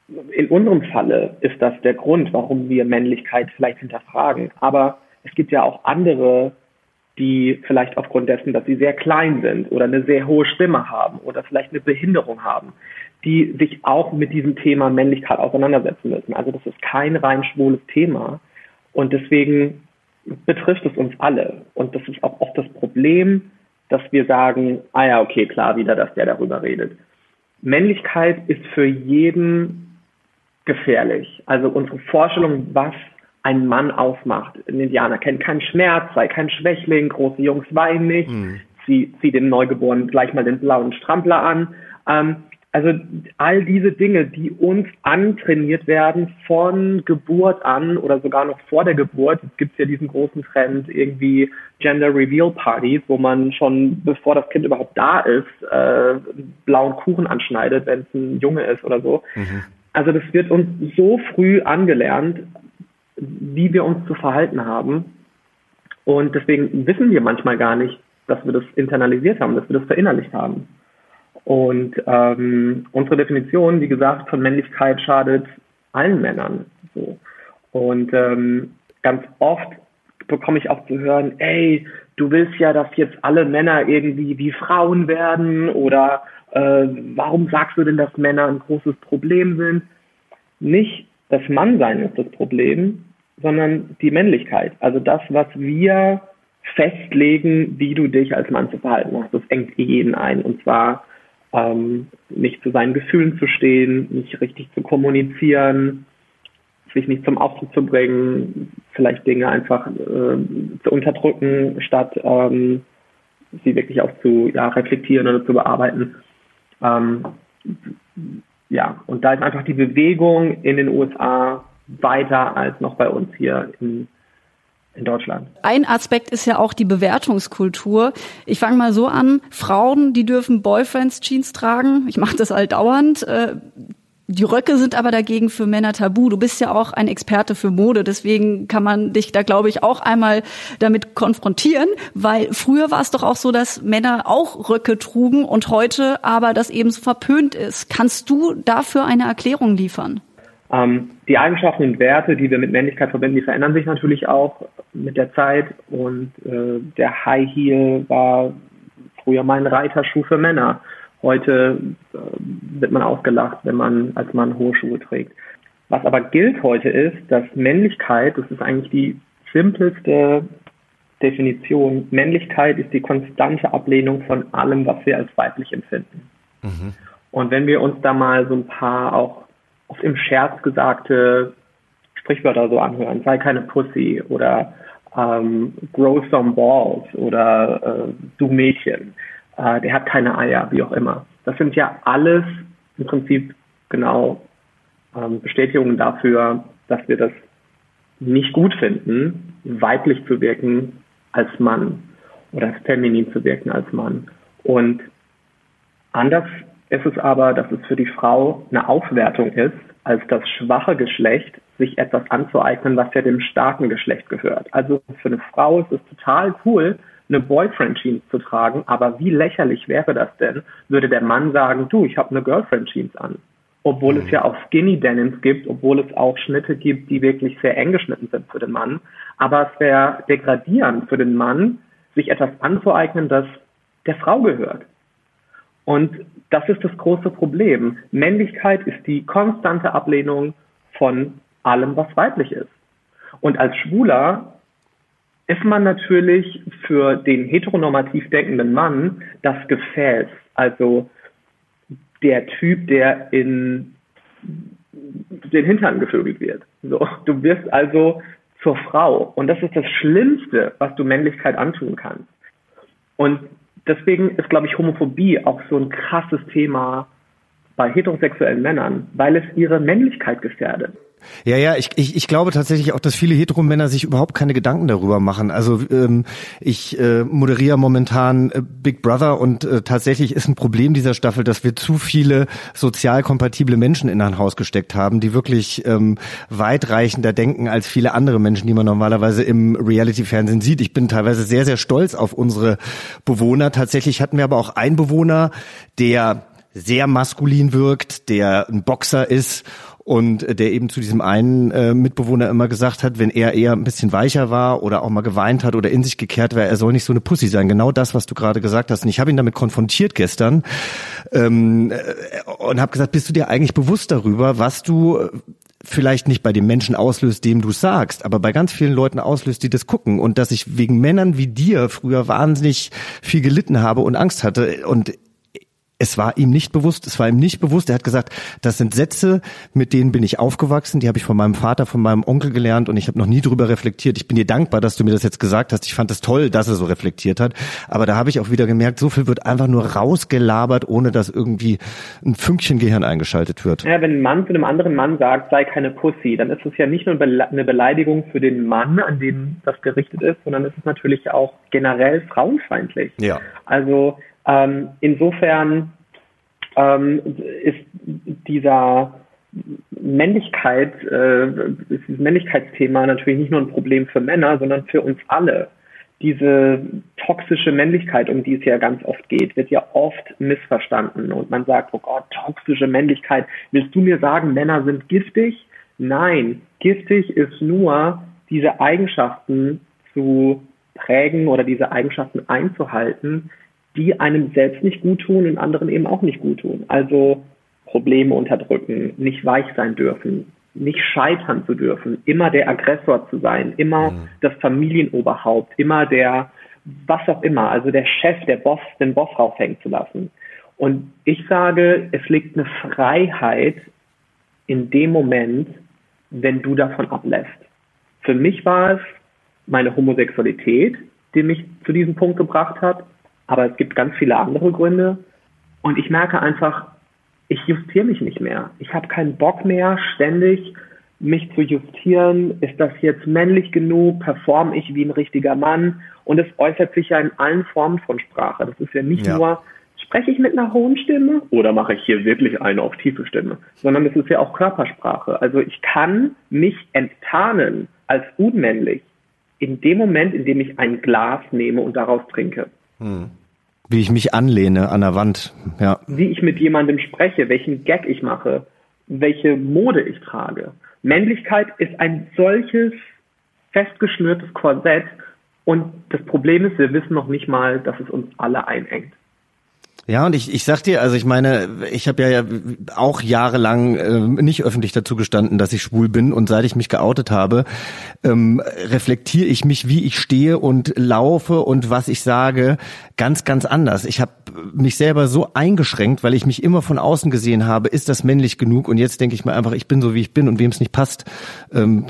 in unserem Falle ist das der Grund, warum wir Männlichkeit vielleicht hinterfragen. Aber es gibt ja auch andere, die vielleicht aufgrund dessen, dass sie sehr klein sind oder eine sehr hohe Stimme haben oder vielleicht eine Behinderung haben, die sich auch mit diesem Thema Männlichkeit auseinandersetzen müssen. Also das ist kein rein schwules Thema. Und deswegen betrifft es uns alle. Und das ist auch oft das Problem, dass wir sagen, ah ja, okay, klar, wieder, dass der darüber redet. Männlichkeit ist für jeden gefährlich. Also unsere Vorstellung, was ein Mann ausmacht. Ein Indianer kennt keinen Schmerz, sei kein Schwächling, große Jungs weinen nicht, mhm. zieh, zieh dem Neugeborenen gleich mal den blauen Strampler an. Ähm, also all diese Dinge, die uns antrainiert werden von Geburt an oder sogar noch vor der Geburt. Es gibt ja diesen großen Trend, irgendwie Gender Reveal Partys, wo man schon, bevor das Kind überhaupt da ist, äh, blauen Kuchen anschneidet, wenn es ein Junge ist oder so. Mhm. Also das wird uns so früh angelernt, wie wir uns zu verhalten haben. Und deswegen wissen wir manchmal gar nicht, dass wir das internalisiert haben, dass wir das verinnerlicht haben. Und ähm, unsere Definition, wie gesagt, von Männlichkeit schadet allen Männern. So. Und ähm, ganz oft bekomme ich auch zu hören, ey, du willst ja, dass jetzt alle Männer irgendwie wie Frauen werden oder äh, warum sagst du denn, dass Männer ein großes Problem sind? Nicht das Mannsein ist das Problem, sondern die Männlichkeit. Also das, was wir festlegen, wie du dich als Mann zu verhalten hast. Das engt jeden ein. Und zwar ähm, nicht zu seinen Gefühlen zu stehen, nicht richtig zu kommunizieren, sich nicht zum Ausdruck zu bringen, vielleicht Dinge einfach äh, zu unterdrücken, statt ähm, sie wirklich auch zu ja, reflektieren oder zu bearbeiten. Ähm, ja, und da ist einfach die Bewegung in den U S A weiter als noch bei uns hier in in Deutschland. Ein Aspekt ist ja auch die Bewertungskultur. Ich fange mal so an, Frauen, die dürfen Boyfriends-Jeans tragen. Ich mache das alldauernd. Die Röcke sind aber dagegen für Männer tabu. Du bist ja auch ein Experte für Mode, deswegen kann man dich da, glaube ich, auch einmal damit konfrontieren, weil früher war es doch auch so, dass Männer auch Röcke trugen und heute aber das eben so verpönt ist. Kannst du dafür eine Erklärung liefern? Ähm, die Eigenschaften und Werte, die wir mit Männlichkeit verbinden, die verändern sich natürlich auch mit der Zeit. Und äh, der High Heel war früher mal ein Reiterschuh für Männer. Heute äh, wird man ausgelacht, wenn man als Mann hohe Schuhe trägt. Was aber gilt heute ist, dass Männlichkeit, das ist eigentlich die simpelste Definition, Männlichkeit ist die konstante Ablehnung von allem, was wir als weiblich empfinden. Mhm. Und wenn wir uns da mal so ein paar auch oft im Scherz gesagte Sprichwörter so anhören, sei keine Pussy oder ähm, grow some balls oder äh, du Mädchen, äh, der hat keine Eier, wie auch immer. Das sind ja alles im Prinzip genau ähm, Bestätigungen dafür, dass wir das nicht gut finden, weiblich zu wirken als Mann oder feminin zu wirken als Mann. Und anders ist es aber, dass es für die Frau eine Aufwertung ist, als das schwache Geschlecht sich etwas anzueignen, was ja dem starken Geschlecht gehört. Also für eine Frau ist es total cool, eine Boyfriend-Jeans zu tragen, aber wie lächerlich wäre das denn, würde der Mann sagen, du, ich habe eine Girlfriend-Jeans an. Obwohl es ja auch Skinny-Denims gibt, obwohl es auch Schnitte gibt, die wirklich sehr eng geschnitten sind für den Mann. Aber es wäre degradierend für den Mann, sich etwas anzueignen, das der Frau gehört. Und das ist das große Problem. Männlichkeit ist die konstante Ablehnung von allem, was weiblich ist. Und als Schwuler ist man natürlich für den heteronormativ denkenden Mann das Gefäß, also der Typ, der in den Hintern gevögelt wird. So, du wirst also zur Frau. Und das ist das Schlimmste, was du Männlichkeit antun kannst. Und deswegen ist, glaube ich, Homophobie auch so ein krasses Thema bei heterosexuellen Männern, weil es ihre Männlichkeit gefährdet. Ja, ja, ich, ich, ich glaube tatsächlich auch, dass viele Heteromänner sich überhaupt keine Gedanken darüber machen. Also ähm, ich äh, moderiere momentan äh, Big Brother und äh, tatsächlich ist ein Problem dieser Staffel, dass wir zu viele sozial kompatible Menschen in ein Haus gesteckt haben, die wirklich ähm, weitreichender denken als viele andere Menschen, die man normalerweise im Reality-Fernsehen sieht. Ich bin teilweise sehr, sehr stolz auf unsere Bewohner. Tatsächlich hatten wir aber auch einen Bewohner, der sehr maskulin wirkt, der ein Boxer ist und der eben zu diesem einen äh, Mitbewohner immer gesagt hat, wenn er eher ein bisschen weicher war oder auch mal geweint hat oder in sich gekehrt war, er soll nicht so eine Pussy sein. Genau das, was du gerade gesagt hast. Und ich habe ihn damit konfrontiert gestern ähm, und habe gesagt, bist du dir eigentlich bewusst darüber, was du vielleicht nicht bei dem Menschen auslöst, dem du sagst, aber bei ganz vielen Leuten auslöst, die das gucken, und dass ich wegen Männern wie dir früher wahnsinnig viel gelitten habe und Angst hatte, und es war ihm nicht bewusst, es war ihm nicht bewusst. Er hat gesagt, das sind Sätze, mit denen bin ich aufgewachsen, die habe ich von meinem Vater, von meinem Onkel gelernt, und ich habe noch nie drüber reflektiert. Ich bin dir dankbar, dass du mir das jetzt gesagt hast. Ich fand es toll, dass er so reflektiert hat. Aber da habe ich auch wieder gemerkt, so viel wird einfach nur rausgelabert, ohne dass irgendwie ein Fünkchen Gehirn eingeschaltet wird. Ja, wenn ein Mann zu einem anderen Mann sagt, sei keine Pussy, dann ist es ja nicht nur eine Beleidigung für den Mann, an den das gerichtet ist, sondern es ist natürlich auch generell frauenfeindlich. Ja. Also Ähm, insofern ähm, ist dieser Männlichkeit, äh, ist dieses Männlichkeitsthema natürlich nicht nur ein Problem für Männer, sondern für uns alle. Diese toxische Männlichkeit, um die es ja ganz oft geht, wird ja oft missverstanden. Und man sagt, oh Gott, toxische Männlichkeit. Willst du mir sagen, Männer sind giftig? Nein, giftig ist nur, diese Eigenschaften zu prägen oder diese Eigenschaften einzuhalten, die einem selbst nicht gut tun und anderen eben auch nicht gut tun. Also Probleme unterdrücken, nicht weich sein dürfen, nicht scheitern zu dürfen, immer der Aggressor zu sein, immer mhm. das Familienoberhaupt, immer der, was auch immer, also der Chef, der Boss, den Boss raushängen zu lassen. Und ich sage, es liegt eine Freiheit in dem Moment, wenn du davon ablässt. Für mich war es meine Homosexualität, die mich zu diesem Punkt gebracht hat. Aber es gibt ganz viele andere Gründe. Und ich merke einfach, ich justiere mich nicht mehr. Ich habe keinen Bock mehr, ständig mich zu justieren. Ist das jetzt männlich genug? Performe ich wie ein richtiger Mann? Und es äußert sich ja in allen Formen von Sprache. Das ist ja nicht ja. nur, spreche ich mit einer hohen Stimme oder mache ich hier wirklich eine auf tiefe Stimme? Sondern es ist ja auch Körpersprache. Also ich kann mich enttarnen als unmännlich in dem Moment, in dem ich ein Glas nehme und daraus trinke. Hm. Wie ich mich anlehne an der Wand, ja. Wie ich mit jemandem spreche, welchen Gag ich mache, welche Mode ich trage. Männlichkeit ist ein solches festgeschnürtes Korsett, und das Problem ist, wir wissen noch nicht mal, dass es uns alle einengt. Ja, und ich, ich sag dir, also ich meine, ich habe ja auch jahrelang äh, nicht öffentlich dazu gestanden, dass ich schwul bin, und seit ich mich geoutet habe, ähm, reflektiere ich mich, wie ich stehe und laufe und was ich sage, ganz, ganz anders. Ich habe mich selber so eingeschränkt, weil ich mich immer von außen gesehen habe, ist das männlich genug? Und jetzt denke ich mir einfach, ich bin so, wie ich bin, und wem es nicht passt, ähm,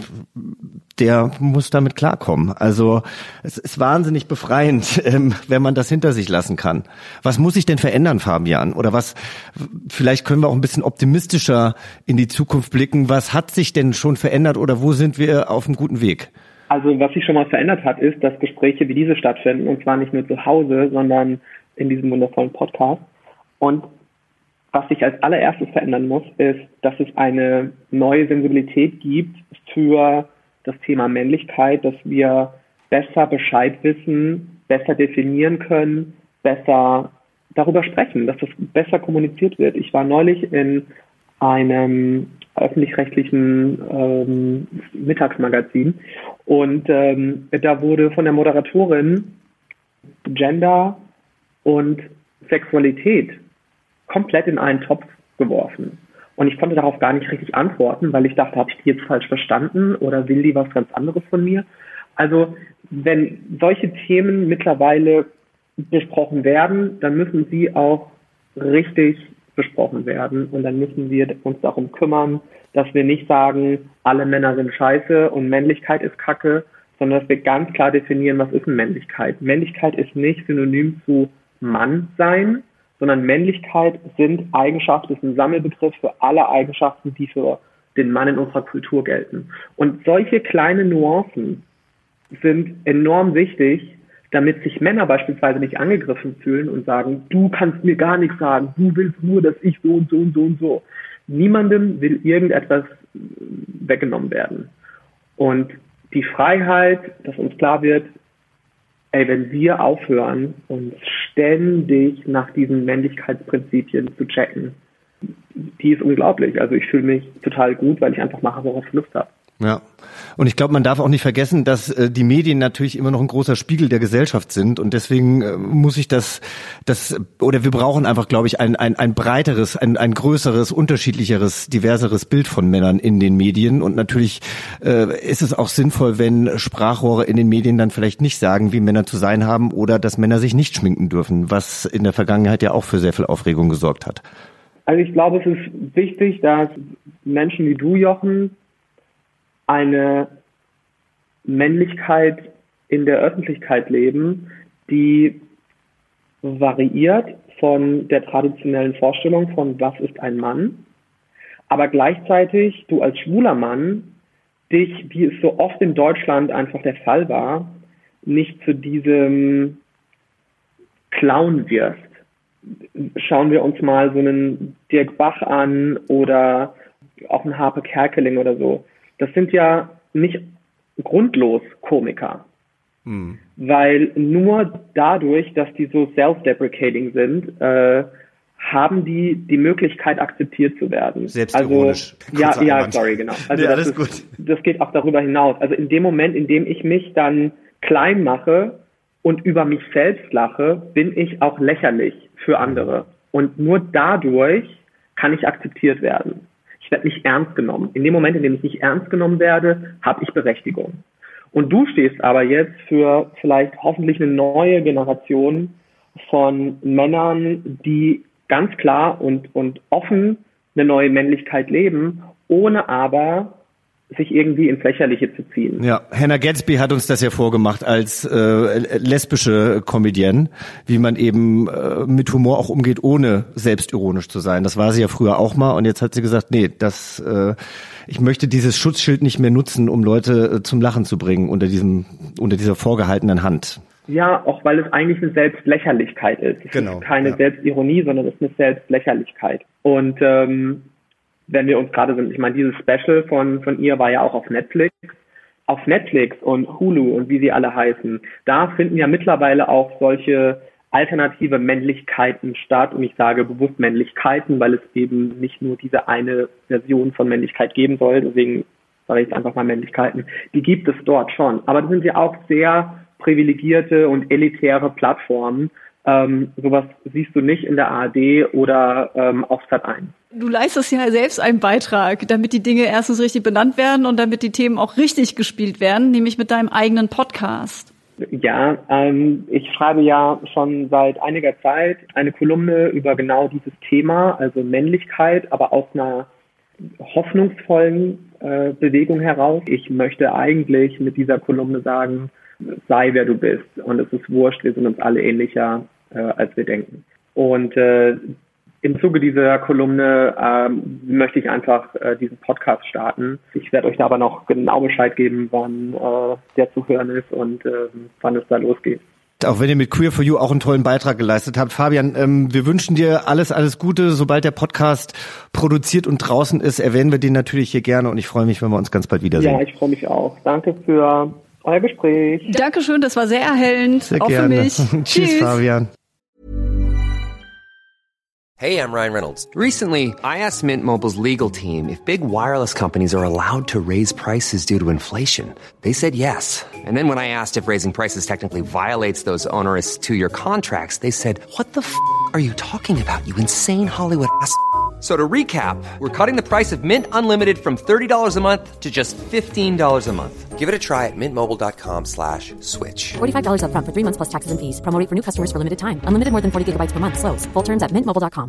der muss damit klarkommen. Also es ist wahnsinnig befreiend, ähm, wenn man das hinter sich lassen kann. Was muss ich denn verändern, Fabian? Oder was, vielleicht können wir auch ein bisschen optimistischer in die Zukunft blicken. Was hat sich denn schon verändert, oder wo sind wir auf einem guten Weg? Also was sich schon mal verändert hat, ist, dass Gespräche wie diese stattfinden, und zwar nicht nur zu Hause, sondern in diesem wundervollen Podcast. Und was sich als allererstes verändern muss, ist, dass es eine neue Sensibilität gibt für das Thema Männlichkeit, dass wir besser Bescheid wissen, besser definieren können, besser darüber sprechen, dass das besser kommuniziert wird. Ich war neulich in einem öffentlich-rechtlichen ähm, Mittagsmagazin, und ähm, da wurde von der Moderatorin Gender und Sexualität komplett in einen Topf geworfen. Und ich konnte darauf gar nicht richtig antworten, weil ich dachte, habe ich die jetzt falsch verstanden oder will die was ganz anderes von mir? Also wenn solche Themen mittlerweile besprochen werden, dann müssen sie auch richtig besprochen werden, und dann müssen wir uns darum kümmern, dass wir nicht sagen, alle Männer sind scheiße und Männlichkeit ist Kacke, sondern dass wir ganz klar definieren, was ist denn Männlichkeit? Männlichkeit ist nicht synonym zu Mann sein, sondern Männlichkeit sind Eigenschaften, ist ein Sammelbegriff für alle Eigenschaften, die für den Mann in unserer Kultur gelten. Und solche kleine Nuancen sind enorm wichtig, damit sich Männer beispielsweise nicht angegriffen fühlen und sagen, du kannst mir gar nichts sagen, du willst nur, dass ich so und so und so und so. Niemandem will irgendetwas weggenommen werden. Und die Freiheit, dass uns klar wird, ey, wenn wir aufhören, uns ständig nach diesen Männlichkeitsprinzipien zu checken, die ist unglaublich. Also ich fühle mich total gut, weil ich einfach mache, worauf ich Lust habe. Ja. Und ich glaube, man darf auch nicht vergessen, dass äh, die Medien natürlich immer noch ein großer Spiegel der Gesellschaft sind und deswegen äh, muss ich das, das oder wir brauchen einfach, glaube ich, ein ein ein breiteres, ein ein größeres, unterschiedlicheres, diverseres Bild von Männern in den Medien und natürlich äh, ist es auch sinnvoll, wenn Sprachrohre in den Medien dann vielleicht nicht sagen, wie Männer zu sein haben oder dass Männer sich nicht schminken dürfen, was in der Vergangenheit ja auch für sehr viel Aufregung gesorgt hat. Also ich glaube, es ist wichtig, dass Menschen wie du, Jochen, eine Männlichkeit in der Öffentlichkeit leben, die variiert von der traditionellen Vorstellung von was ist ein Mann, aber gleichzeitig du als schwuler Mann dich, wie es so oft in Deutschland einfach der Fall war, nicht zu diesem Clown wirst. Schauen wir uns mal so einen Dirk Bach an oder auch einen Harpe Kerkeling oder so. Das sind ja nicht grundlos Komiker, hm. weil nur dadurch, dass die so self-deprecating sind, äh, haben die die Möglichkeit, akzeptiert zu werden. Selbstironisch. Also, ja, ja, sorry, genau. Also ja, das, alles ist, gut. Das geht auch darüber hinaus. Also in dem Moment, in dem ich mich dann klein mache und über mich selbst lache, bin ich auch lächerlich für andere. Und nur dadurch kann ich akzeptiert werden. Ich werde nicht ernst genommen. In dem Moment, in dem ich nicht ernst genommen werde, habe ich Berechtigung. Und du stehst aber jetzt für vielleicht hoffentlich eine neue Generation von Männern, die ganz klar und, und offen eine neue Männlichkeit leben, ohne aber sich irgendwie ins Lächerliche zu ziehen. Ja, Hannah Gadsby hat uns das ja vorgemacht als äh, lesbische Comedienne, wie man eben äh, mit Humor auch umgeht, ohne selbstironisch zu sein. Das war sie ja früher auch mal und jetzt hat sie gesagt, nee, das äh, ich möchte dieses Schutzschild nicht mehr nutzen, um Leute äh, zum Lachen zu bringen unter diesem unter dieser vorgehaltenen Hand. Ja, auch weil es eigentlich eine Selbstlächerlichkeit ist. Es genau, ist keine ja. Selbstironie, sondern es ist eine Selbstlächerlichkeit. Und ähm, wenn wir uns gerade sind, ich meine, dieses Special von von ihr war ja auch auf Netflix. Auf Netflix und Hulu und wie sie alle heißen, da finden ja mittlerweile auch solche alternative Männlichkeiten statt. Und ich sage bewusst Männlichkeiten, weil es eben nicht nur diese eine Version von Männlichkeit geben soll. Deswegen sage ich jetzt einfach mal Männlichkeiten. Die gibt es dort schon. Aber das sind ja auch sehr privilegierte und elitäre Plattformen. Ähm, sowas siehst du nicht in der A R D oder ähm, auf Sat eins. Du leistest ja selbst einen Beitrag, damit die Dinge erstens richtig benannt werden und damit die Themen auch richtig gespielt werden, nämlich mit deinem eigenen Podcast. Ja, ähm, ich schreibe ja schon seit einiger Zeit eine Kolumne über genau dieses Thema, also Männlichkeit, aber aus einer hoffnungsvollen äh, Bewegung heraus. Ich möchte eigentlich mit dieser Kolumne sagen, sei wer du bist und es ist wurscht, wir sind uns alle ähnlicher, äh, als wir denken. Und äh, im Zuge dieser Kolumne ähm, möchte ich einfach äh, diesen Podcast starten. Ich werde euch da aber noch genau Bescheid geben, wann äh, der zu hören ist und äh, wann es da losgeht. Auch wenn ihr mit Queer for You auch einen tollen Beitrag geleistet habt. Fabian, ähm, wir wünschen dir alles, alles Gute. Sobald der Podcast produziert und draußen ist, erwähnen wir den natürlich hier gerne und ich freue mich, wenn wir uns ganz bald wiedersehen. Ja, ich freue mich auch. Danke für euer Gespräch. Dankeschön, das war sehr erhellend. Sehr auch gerne. Für mich. Tschüss, Tschüss, Fabian. Hey, I'm Ryan Reynolds. Recently, I asked Mint Mobile's legal team if big wireless companies are allowed to raise prices due to inflation. They said yes. And then when I asked if raising prices technically violates those onerous two-year contracts, they said, what the f*** are you talking about, you insane Hollywood ass f- So to recap, we're cutting the price of Mint Unlimited from thirty dollars a month to just fifteen dollars a month. Give it a try at mintmobile.com slash switch. forty-five dollars up front for three months plus taxes and fees. Promo rate for new customers for limited time. Unlimited more than forty gigabytes per month. Slows full terms at mint mobile dot com.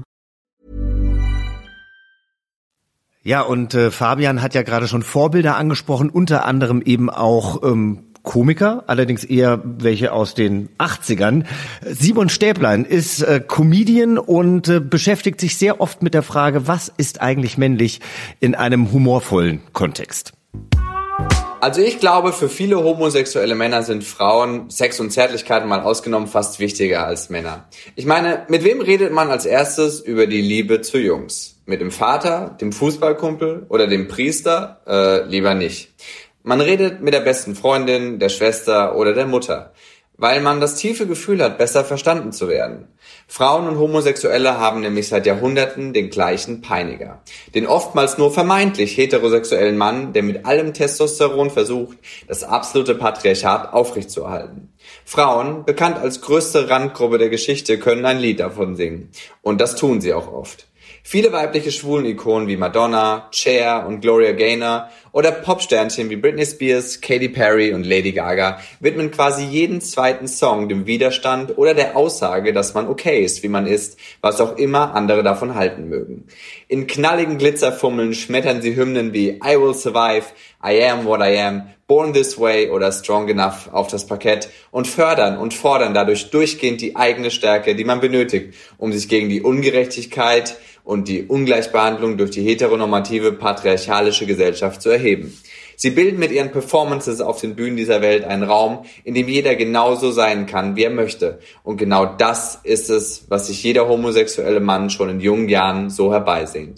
Ja, und äh, Fabian hat ja gerade schon Vorbilder angesprochen, unter anderem eben auch ähm, Komiker, allerdings eher welche aus den achtzigern. Simon Stäblein ist äh, Comedian und äh, beschäftigt sich sehr oft mit der Frage, was ist eigentlich männlich in einem humorvollen Kontext? Also ich glaube, für viele homosexuelle Männer sind Frauen, Sex und Zärtlichkeit mal ausgenommen, fast wichtiger als Männer. Ich meine, mit wem redet man als erstes über die Liebe zu Jungs? Mit dem Vater, dem Fußballkumpel oder dem Priester? Äh, lieber nicht. Man redet mit der besten Freundin, der Schwester oder der Mutter. weil man das tiefe Gefühl hat, besser verstanden zu werden. Frauen und Homosexuelle haben nämlich seit Jahrhunderten den gleichen Peiniger. Den oftmals nur vermeintlich heterosexuellen Mann, der mit allem Testosteron versucht, das absolute Patriarchat aufrechtzuerhalten. Frauen, bekannt als größte Randgruppe der Geschichte, können ein Lied davon singen. Und das tun sie auch oft. Viele weibliche Schwulen-Ikonen wie Madonna, Cher und Gloria Gaynor oder Popsternchen wie Britney Spears, Katy Perry und Lady Gaga widmen quasi jeden zweiten Song dem Widerstand oder der Aussage, dass man okay ist, wie man ist, was auch immer andere davon halten mögen. In knalligen Glitzerfummeln schmettern sie Hymnen wie I Will Survive, I Am What I Am, Born This Way oder Strong Enough auf das Parkett und fördern und fordern dadurch durchgehend die eigene Stärke, die man benötigt, um sich gegen die Ungerechtigkeit und die Ungleichbehandlung durch die heteronormative patriarchalische Gesellschaft zu erheben. Sie bilden mit ihren Performances auf den Bühnen dieser Welt einen Raum, in dem jeder genauso sein kann, wie er möchte. Und genau das ist es, was sich jeder homosexuelle Mann schon in jungen Jahren so herbeisehnt.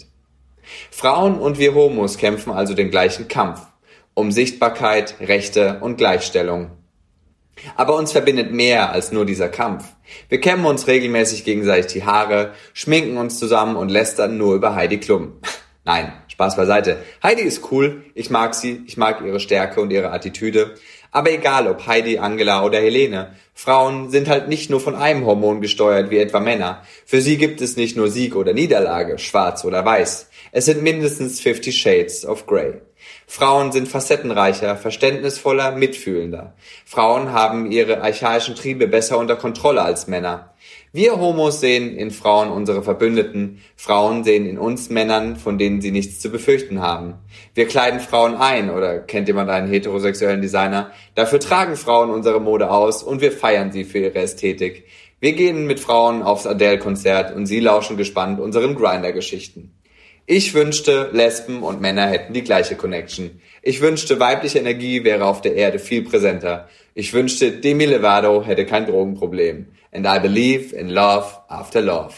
Frauen und wir Homos kämpfen also den gleichen Kampf. Um Sichtbarkeit, Rechte und Gleichstellung. Aber uns verbindet mehr als nur dieser Kampf. Wir kämmen uns regelmäßig gegenseitig die Haare, schminken uns zusammen und lästern nur über Heidi Klum. Nein, Spaß beiseite. Heidi ist cool, ich mag sie, ich mag ihre Stärke und ihre Attitüde. Aber egal ob Heidi, Angela oder Helene, Frauen sind halt nicht nur von einem Hormon gesteuert wie etwa Männer. Für sie gibt es nicht nur Sieg oder Niederlage, schwarz oder weiß. Es sind mindestens fifty Shades of Grey. Frauen sind facettenreicher, verständnisvoller, mitfühlender. Frauen haben ihre archaischen Triebe besser unter Kontrolle als Männer. Wir Homos sehen in Frauen unsere Verbündeten. Frauen sehen in uns Männern, von denen sie nichts zu befürchten haben. Wir kleiden Frauen ein, oder kennt jemand einen heterosexuellen Designer? Dafür tragen Frauen unsere Mode aus und wir feiern sie für ihre Ästhetik. Wir gehen mit Frauen aufs Adele-Konzert und sie lauschen gespannt unseren Grindr-Geschichten. Ich wünschte, Lesben und Männer hätten die gleiche Connection. Ich wünschte, weibliche Energie wäre auf der Erde viel präsenter. Ich wünschte, Demi Lovato hätte kein Drogenproblem. And I believe in love after love.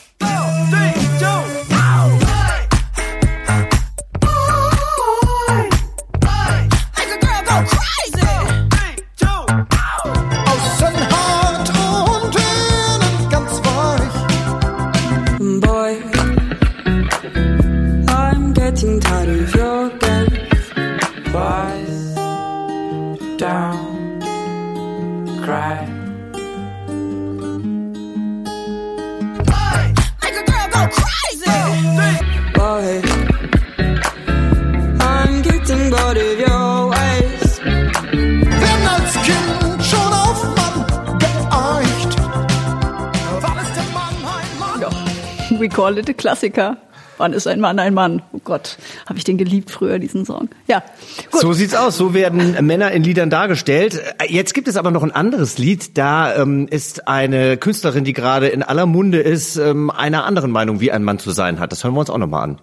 We call it a Klassiker. Wann ist ein Mann ein Mann? Oh Gott, habe ich den geliebt früher, diesen Song. Ja, gut. So sieht's aus, so werden Männer in Liedern dargestellt. Jetzt gibt es aber noch ein anderes Lied, da ähm, ist eine Künstlerin, die gerade in aller Munde ist, ähm, einer anderen Meinung, wie ein Mann zu sein hat. Das hören wir uns auch nochmal an.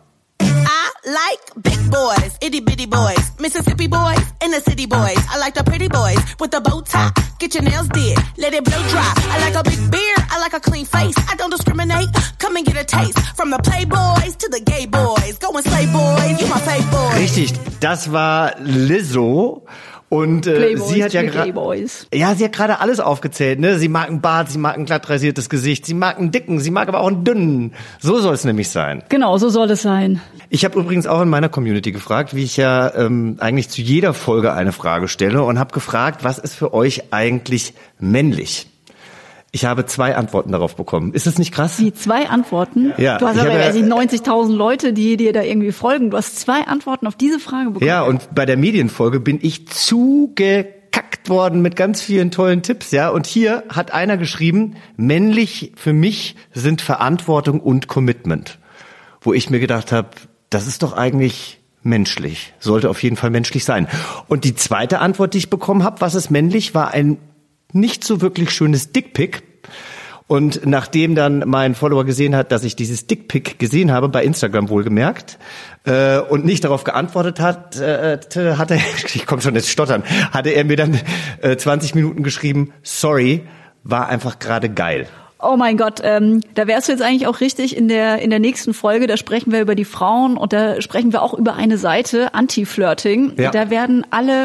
Like big boys, itty bitty boys, Mississippi boys, inner city boys. I like the pretty boys with the bow tie. Get your nails did, let it blow dry. I like a big beard, I like a clean face. I don't discriminate, come and get a taste. From the playboys to the gay boys. Go and slay boys, you my fave boy. Richtig, das war Lizzo. Und äh, sie hat ja gerade ja, sie hat gerade alles aufgezählt, ne? Sie mag einen Bart, sie mag ein glatt rasiertes Gesicht, sie mag einen dicken, sie mag aber auch einen dünnen. So soll es nämlich sein. Genau, so soll es sein. Ich habe übrigens auch in meiner Community gefragt, wie ich ja ähm, eigentlich zu jeder Folge eine Frage stelle und habe gefragt, was ist für euch eigentlich männlich? Ich habe zwei Antworten darauf bekommen. Ist das nicht krass? Wie, zwei Antworten? Ja. Du hast aber ja neunzigtausend Leute, die dir da irgendwie folgen. Du hast zwei Antworten auf diese Frage bekommen. Ja, und bei der Medienfolge bin ich zugekackt worden mit ganz vielen tollen Tipps, ja. Und hier hat einer geschrieben, männlich für mich sind Verantwortung und Commitment. Wo ich mir gedacht habe, das ist doch eigentlich menschlich. Sollte auf jeden Fall menschlich sein. Und die zweite Antwort, die ich bekommen habe, was ist männlich, war ein nicht so wirklich schönes Dickpick. Und nachdem dann mein Follower gesehen hat, dass ich dieses Dickpick gesehen habe, bei Instagram wohlgemerkt, äh, und nicht darauf geantwortet hat, äh, hat er, ich komme schon ins Stottern, hatte er mir dann äh, zwanzig Minuten geschrieben, sorry, war einfach gerade geil. Oh mein Gott, ähm, da wärst du jetzt eigentlich auch richtig in der in der nächsten Folge. Da sprechen wir über die Frauen und da sprechen wir auch über eine Seite, Anti-Flirting. Ja. Da werden alle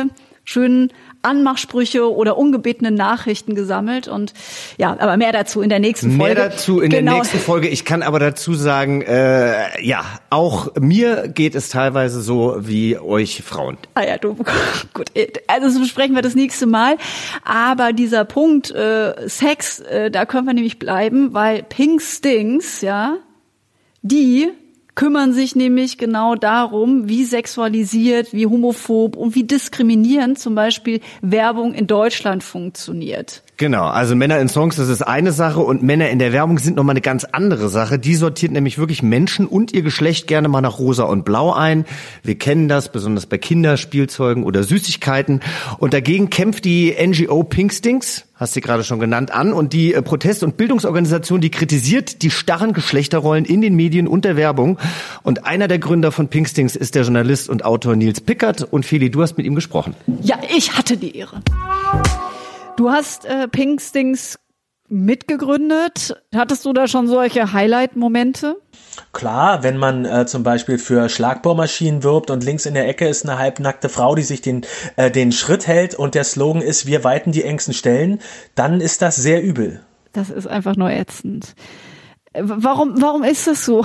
schönen Anmachsprüche oder ungebetene Nachrichten gesammelt und ja, aber mehr dazu in der nächsten Folge. Mehr dazu in genau. der nächsten Folge. Ich kann aber dazu sagen, äh, ja, auch mir geht es teilweise so wie euch Frauen. Ah ja, du, gut, also besprechen wir das nächste Mal. Aber dieser Punkt äh, Sex, äh, da können wir nämlich bleiben, weil Pink Stings, ja, die kümmern sich nämlich genau darum, wie sexualisiert, wie homophob und wie diskriminierend zum Beispiel Werbung in Deutschland funktioniert. Genau, also Männer in Songs, das ist eine Sache und Männer in der Werbung sind nochmal eine ganz andere Sache. Die sortiert nämlich wirklich Menschen und ihr Geschlecht gerne mal nach Rosa und Blau ein. Wir kennen das, besonders bei Kinderspielzeugen oder Süßigkeiten. Und dagegen kämpft die N G O Pink Stings, hast du gerade schon genannt, an. Und die Protest- und Bildungsorganisation, die kritisiert die starren Geschlechterrollen in den Medien und der Werbung. Und einer der Gründer von Pink Stings ist der Journalist und Autor Nils Pickert. Und Feli, du hast mit ihm gesprochen. Ja, ich hatte die Ehre. Du hast äh, Pink Stings mitgegründet. Hattest du da schon solche Highlight-Momente? Klar, wenn man äh, zum Beispiel für Schlagbohrmaschinen wirbt und links in der Ecke ist eine halbnackte Frau, die sich den, äh, den Schritt hält und der Slogan ist, wir weiten die engsten Stellen, dann ist das sehr übel. Das ist einfach nur ätzend. Warum, warum ist das so?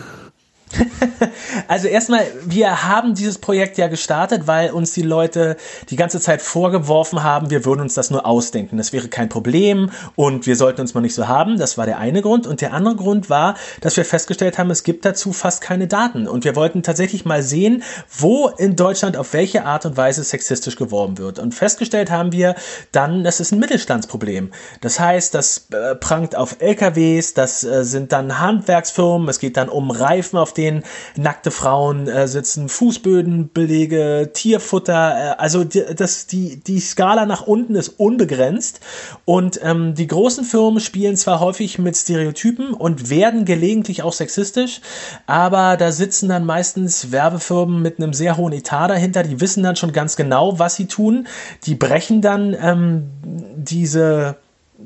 Also erstmal, wir haben dieses Projekt ja gestartet, weil uns die Leute die ganze Zeit vorgeworfen haben, wir würden uns das nur ausdenken. Das wäre kein Problem und wir sollten uns mal nicht so haben. Das war der eine Grund. Und der andere Grund war, dass wir festgestellt haben, es gibt dazu fast keine Daten. Und wir wollten tatsächlich mal sehen, wo in Deutschland auf welche Art und Weise sexistisch geworben wird. Und festgestellt haben wir dann, das ist ein Mittelstandsproblem. Das heißt, das äh, prangt auf L K Ws, das äh, sind dann Handwerksfirmen, es geht dann um Reifen, auf denen nackte Frauen äh, sitzen, Fußbödenbelege, Tierfutter, äh, also die, das, die, die Skala nach unten ist unbegrenzt und ähm, die großen Firmen spielen zwar häufig mit Stereotypen und werden gelegentlich auch sexistisch, aber da sitzen dann meistens Werbefirmen mit einem sehr hohen Etat dahinter, die wissen dann schon ganz genau, was sie tun, die brechen dann ähm, diese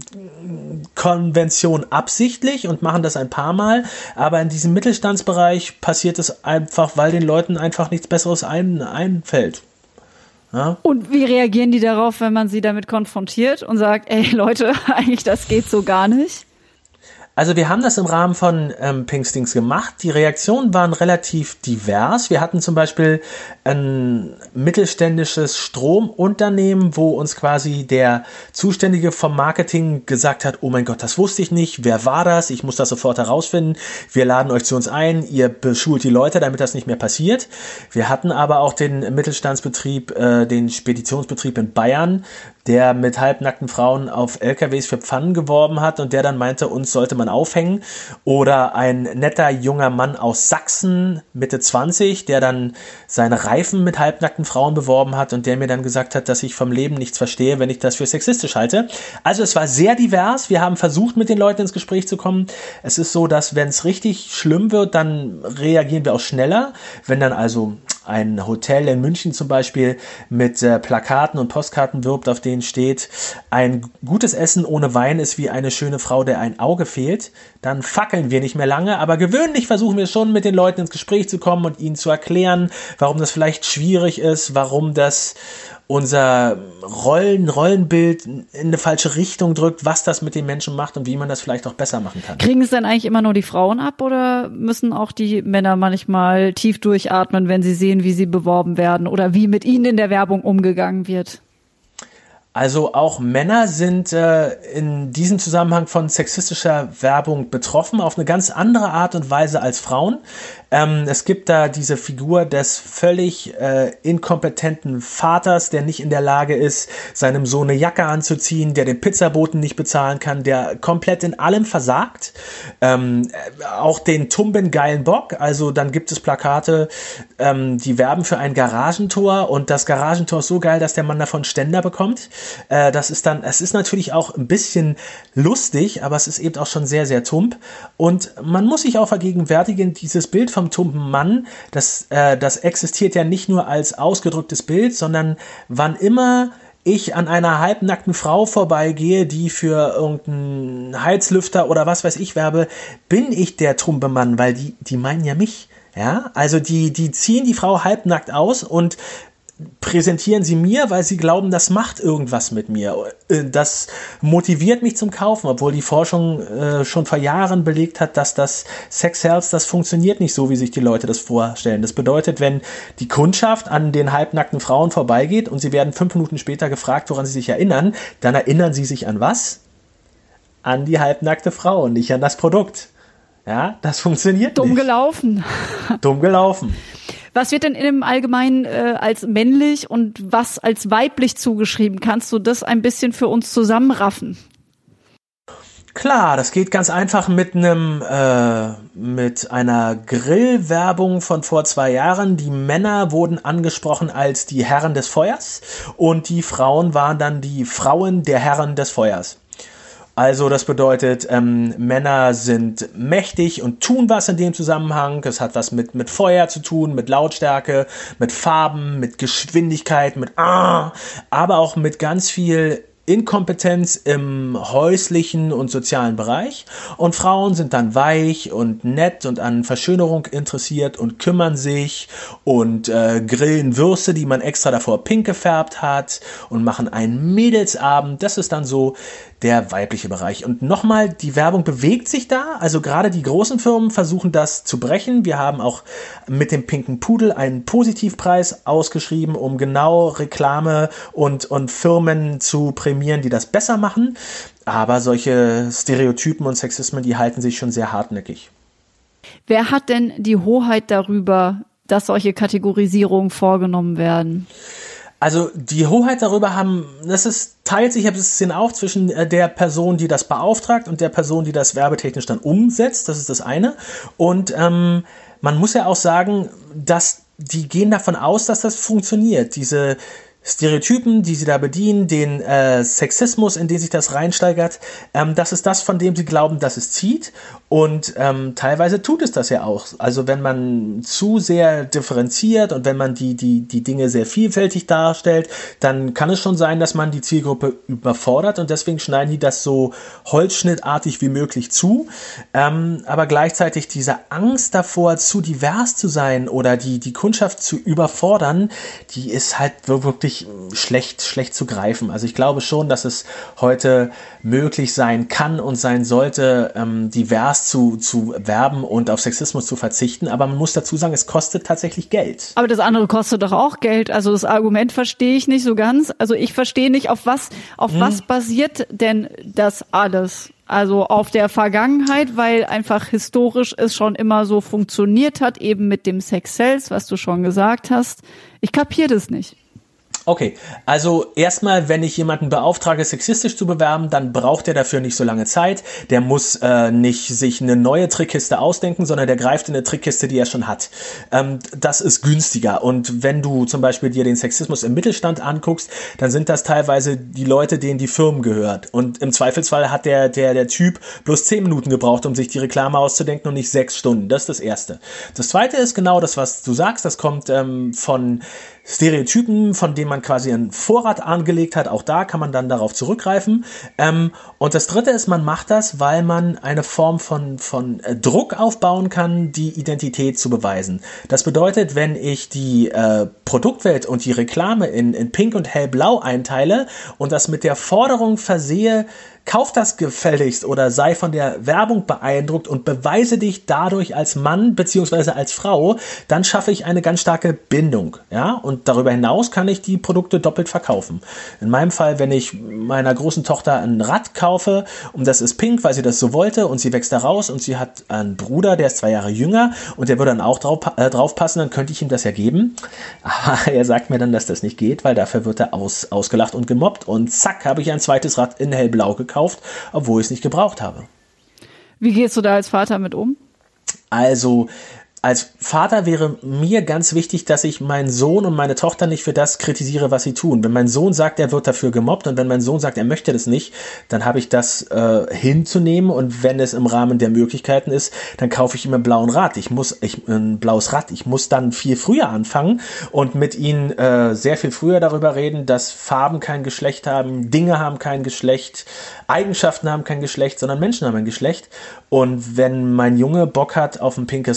Konvention absichtlich und machen das ein paar Mal, aber in diesem Mittelstandsbereich passiert es einfach, weil den Leuten einfach nichts Besseres ein, einfällt. Ja? Und wie reagieren die darauf, wenn man sie damit konfrontiert und sagt, ey Leute, eigentlich das geht so gar nicht? Also wir haben das im Rahmen von ähm, Pink Stings gemacht. Die Reaktionen waren relativ divers. Wir hatten zum Beispiel ein mittelständisches Stromunternehmen, wo uns quasi der Zuständige vom Marketing gesagt hat, oh mein Gott, das wusste ich nicht. Wer war das? Ich muss das sofort herausfinden. Wir laden euch zu uns ein. Ihr beschult die Leute, damit das nicht mehr passiert. Wir hatten aber auch den Mittelstandsbetrieb, äh, den Speditionsbetrieb in Bayern, der mit halbnackten Frauen auf L K Ws für Pfannen geworben hat und der dann meinte, uns sollte man aufhängen. Oder ein netter junger Mann aus Sachsen, Mitte zwanzig, der dann seine Reifen mit halbnackten Frauen beworben hat und der mir dann gesagt hat, dass ich vom Leben nichts verstehe, wenn ich das für sexistisch halte. Also es war sehr divers. Wir haben versucht, mit den Leuten ins Gespräch zu kommen. Es ist so, dass wenn es richtig schlimm wird, dann reagieren wir auch schneller. Wenn dann also ein Hotel in München zum Beispiel mit äh, Plakaten und Postkarten wirbt, auf denen steht, ein gutes Essen ohne Wein ist wie eine schöne Frau, der ein Auge fehlt, dann fackeln wir nicht mehr lange, aber gewöhnlich versuchen wir schon, mit den Leuten ins Gespräch zu kommen und ihnen zu erklären, warum das vielleicht schwierig ist, warum das unser Rollen, Rollenbild in eine falsche Richtung drückt, was das mit den Menschen macht und wie man das vielleicht auch besser machen kann. Kriegen es dann eigentlich immer nur die Frauen ab oder müssen auch die Männer manchmal tief durchatmen, wenn sie sehen, wie sie beworben werden oder wie mit ihnen in der Werbung umgegangen wird? Also auch Männer sind äh, in diesem Zusammenhang von sexistischer Werbung betroffen, auf eine ganz andere Art und Weise als Frauen. Ähm, es gibt da diese Figur des völlig äh, inkompetenten Vaters, der nicht in der Lage ist, seinem Sohn eine Jacke anzuziehen, der den Pizzaboten nicht bezahlen kann, der komplett in allem versagt. Ähm, auch den tumbengeilen Bock, also dann gibt es Plakate, ähm, die werben für ein Garagentor und das Garagentor ist so geil, dass der Mann davon Ständer bekommt. Äh, das ist dann, es ist natürlich auch ein bisschen lustig, aber es ist eben auch schon sehr, sehr tump. Und man muss sich auch vergegenwärtigen, dieses Bild vom tumpen Mann, das, äh, das existiert ja nicht nur als ausgedrücktes Bild, sondern wann immer ich an einer halbnackten Frau vorbeigehe, die für irgendeinen Heizlüfter oder was weiß ich werbe, bin ich der tumpe Mann, weil die, die meinen ja mich. Ja, also die, die ziehen die Frau halbnackt aus und präsentieren sie mir, weil sie glauben, das macht irgendwas mit mir. Das motiviert mich zum Kaufen, obwohl die Forschung äh, schon vor Jahren belegt hat, dass das Sex Sells, das funktioniert nicht so, wie sich die Leute das vorstellen. Das bedeutet, wenn die Kundschaft an den halbnackten Frauen vorbeigeht und sie werden fünf Minuten später gefragt, woran sie sich erinnern, dann erinnern sie sich an was? An die halbnackte Frau und nicht an das Produkt. Ja, das funktioniert Dumm nicht. gelaufen. Dumm gelaufen. Was wird denn im Allgemeinen äh, als männlich und was als weiblich zugeschrieben? Kannst du das ein bisschen für uns zusammenraffen? Klar, das geht ganz einfach mit einem äh, mit einer Grillwerbung von vor zwei Jahren. Die Männer wurden angesprochen als die Herren des Feuers und die Frauen waren dann die Frauen der Herren des Feuers. Also das bedeutet, ähm, Männer sind mächtig und tun was in dem Zusammenhang. Es hat was mit mit Feuer zu tun, mit Lautstärke, mit Farben, mit Geschwindigkeit, mit ah, aber auch mit ganz viel Inkompetenz im häuslichen und sozialen Bereich. Und Frauen sind dann weich und nett und an Verschönerung interessiert und kümmern sich und äh, grillen Würste, die man extra davor pink gefärbt hat und machen einen Mädelsabend. Das ist dann so der weibliche Bereich. Und nochmal, die Werbung bewegt sich da. Also gerade die großen Firmen versuchen das zu brechen. Wir haben auch mit dem pinken Pudel einen Positivpreis ausgeschrieben, um genau Reklame und, und Firmen zu prämieren, die das besser machen. Aber solche Stereotypen und Sexismen, die halten sich schon sehr hartnäckig. Wer hat denn die Hoheit darüber, dass solche Kategorisierungen vorgenommen werden? Also die Hoheit darüber haben, das ist, teilt sich ein bisschen auf zwischen der Person, die das beauftragt und der Person, die das werbetechnisch dann umsetzt. Das ist das eine. Und ähm, man muss ja auch sagen, dass die gehen davon aus, dass das funktioniert. Diese Stereotypen, die sie da bedienen, den äh, Sexismus, in den sich das reinsteigert, ähm, das ist das, von dem sie glauben, dass es zieht. Und ähm, teilweise tut es das ja auch. Also wenn man zu sehr differenziert und wenn man die, die, die Dinge sehr vielfältig darstellt, dann kann es schon sein, dass man die Zielgruppe überfordert und deswegen schneiden die das so holzschnittartig wie möglich zu. Ähm, aber gleichzeitig diese Angst davor, zu divers zu sein oder die, die Kundschaft zu überfordern, die ist halt wirklich schlecht, schlecht zu greifen. Also ich glaube schon, dass es heute möglich sein kann und sein sollte, ähm, divers zu, zu werben und auf Sexismus zu verzichten. Aber man muss dazu sagen, es kostet tatsächlich Geld. Aber das andere kostet doch auch Geld. Also das Argument verstehe ich nicht so ganz. Also ich verstehe nicht, auf was, auf hm. was basiert denn das alles? Also auf der Vergangenheit, weil einfach historisch es schon immer so funktioniert hat, eben mit dem Sex Sells, was du schon gesagt hast. Ich kapiere das nicht. Okay, also erstmal, wenn ich jemanden beauftrage, sexistisch zu bewerben, dann braucht er dafür nicht so lange Zeit. Der muss äh, nicht sich eine neue Trickkiste ausdenken, sondern der greift in eine Trickkiste, die er schon hat. Ähm, das ist günstiger. Und wenn du zum Beispiel dir den Sexismus im Mittelstand anguckst, dann sind das teilweise die Leute, denen die Firmen gehört. Und im Zweifelsfall hat der, der, der Typ bloß zehn Minuten gebraucht, um sich die Reklame auszudenken und nicht sechs Stunden. Das ist das Erste. Das Zweite ist genau das, was du sagst. Das kommt ähm, von Stereotypen, von denen man quasi einen Vorrat angelegt hat. Auch da kann man dann darauf zurückgreifen. Ähm, und das Dritte ist, man macht das, weil man eine Form von, von äh, Druck aufbauen kann, die Identität zu beweisen. Das bedeutet, wenn ich die äh, Produktwelt und die Reklame in, in Pink und Hellblau einteile und das mit der Forderung versehe, kauf das gefälligst oder sei von der Werbung beeindruckt und beweise dich dadurch als Mann beziehungsweise als Frau, dann schaffe ich eine ganz starke Bindung. Ja? Und darüber hinaus kann ich die Produkte doppelt verkaufen. In meinem Fall, wenn ich meiner großen Tochter ein Rad kaufe und das ist pink, weil sie das so wollte und sie wächst da raus und sie hat einen Bruder, der ist zwei Jahre jünger und der würde dann auch drauf, äh, drauf passen, dann könnte ich ihm das ja geben. Aber er sagt mir dann, dass das nicht geht, weil dafür wird er aus, ausgelacht und gemobbt und zack, habe ich ein zweites Rad in Hellblau gekauft, obwohl ich es nicht gebraucht habe. Wie gehst du da als Vater mit um? Also als Vater wäre mir ganz wichtig, dass ich meinen Sohn und meine Tochter nicht für das kritisiere, was sie tun. Wenn mein Sohn sagt, er wird dafür gemobbt und wenn mein Sohn sagt, er möchte das nicht, dann habe ich das äh, hinzunehmen und wenn es im Rahmen der Möglichkeiten ist, dann kaufe ich ihm einen blauen Rad. Ich muss ich, ein blaues Rad. Ich muss dann viel früher anfangen und mit ihnen äh, sehr viel früher darüber reden, dass Farben kein Geschlecht haben, Dinge haben kein Geschlecht, Eigenschaften haben kein Geschlecht, sondern Menschen haben ein Geschlecht. Und wenn mein Junge Bock hat auf ein pinkes Rad und sich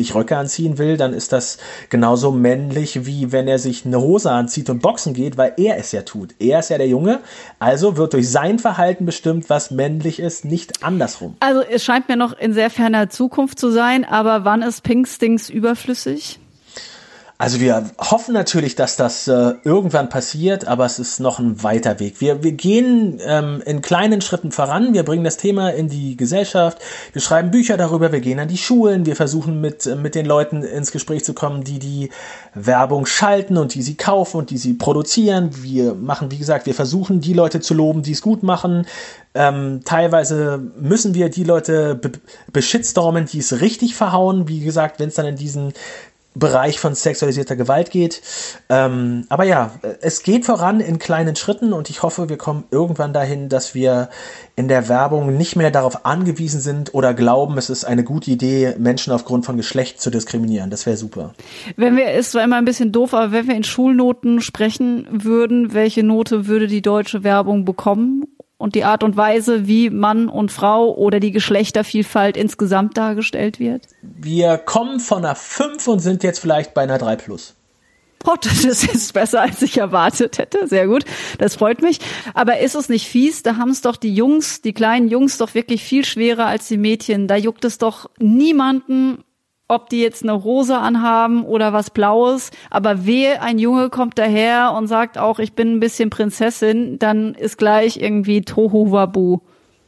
sich Röcke anziehen will, dann ist das genauso männlich, wie wenn er sich eine Hose anzieht und boxen geht, weil er es ja tut. Er ist ja der Junge, also wird durch sein Verhalten bestimmt, was männlich ist, nicht andersrum. Also es scheint mir noch in sehr ferner Zukunft zu sein, aber wann ist Pinkstings überflüssig? Also wir hoffen natürlich, dass das äh, irgendwann passiert, aber es ist noch ein weiter Weg. Wir, wir gehen ähm, in kleinen Schritten voran, wir bringen das Thema in die Gesellschaft, wir schreiben Bücher darüber, wir gehen an die Schulen, wir versuchen mit, mit den Leuten ins Gespräch zu kommen, die die Werbung schalten und die sie kaufen und die sie produzieren. Wir machen, wie gesagt, wir versuchen die Leute zu loben, die es gut machen. Ähm, teilweise müssen wir die Leute be- beschitstormen, die es richtig verhauen. Wie gesagt, wenn es dann in diesen Bereich von sexualisierter Gewalt geht. Ähm, aber ja, es geht voran in kleinen Schritten und ich hoffe, wir kommen irgendwann dahin, dass wir in der Werbung nicht mehr darauf angewiesen sind oder glauben, es ist eine gute Idee, Menschen aufgrund von Geschlecht zu diskriminieren. Das wäre super. Wenn wir, ist zwar immer ein bisschen doof, aber wenn wir in Schulnoten sprechen würden, welche Note würde die deutsche Werbung bekommen? Und die Art und Weise, wie Mann und Frau oder die Geschlechtervielfalt insgesamt dargestellt wird? Wir kommen von einer fünf und sind jetzt vielleicht bei einer drei plus. Oh, das ist besser, als ich erwartet hätte. Sehr gut, das freut mich. Aber ist es nicht fies? Da haben es doch die Jungs, die kleinen Jungs doch wirklich viel schwerer als die Mädchen. Da juckt es doch niemanden, ob die jetzt eine Hose anhaben oder was Blaues, aber wehe, ein Junge kommt daher und sagt auch, ich bin ein bisschen Prinzessin, dann ist gleich irgendwie Tohuwabu.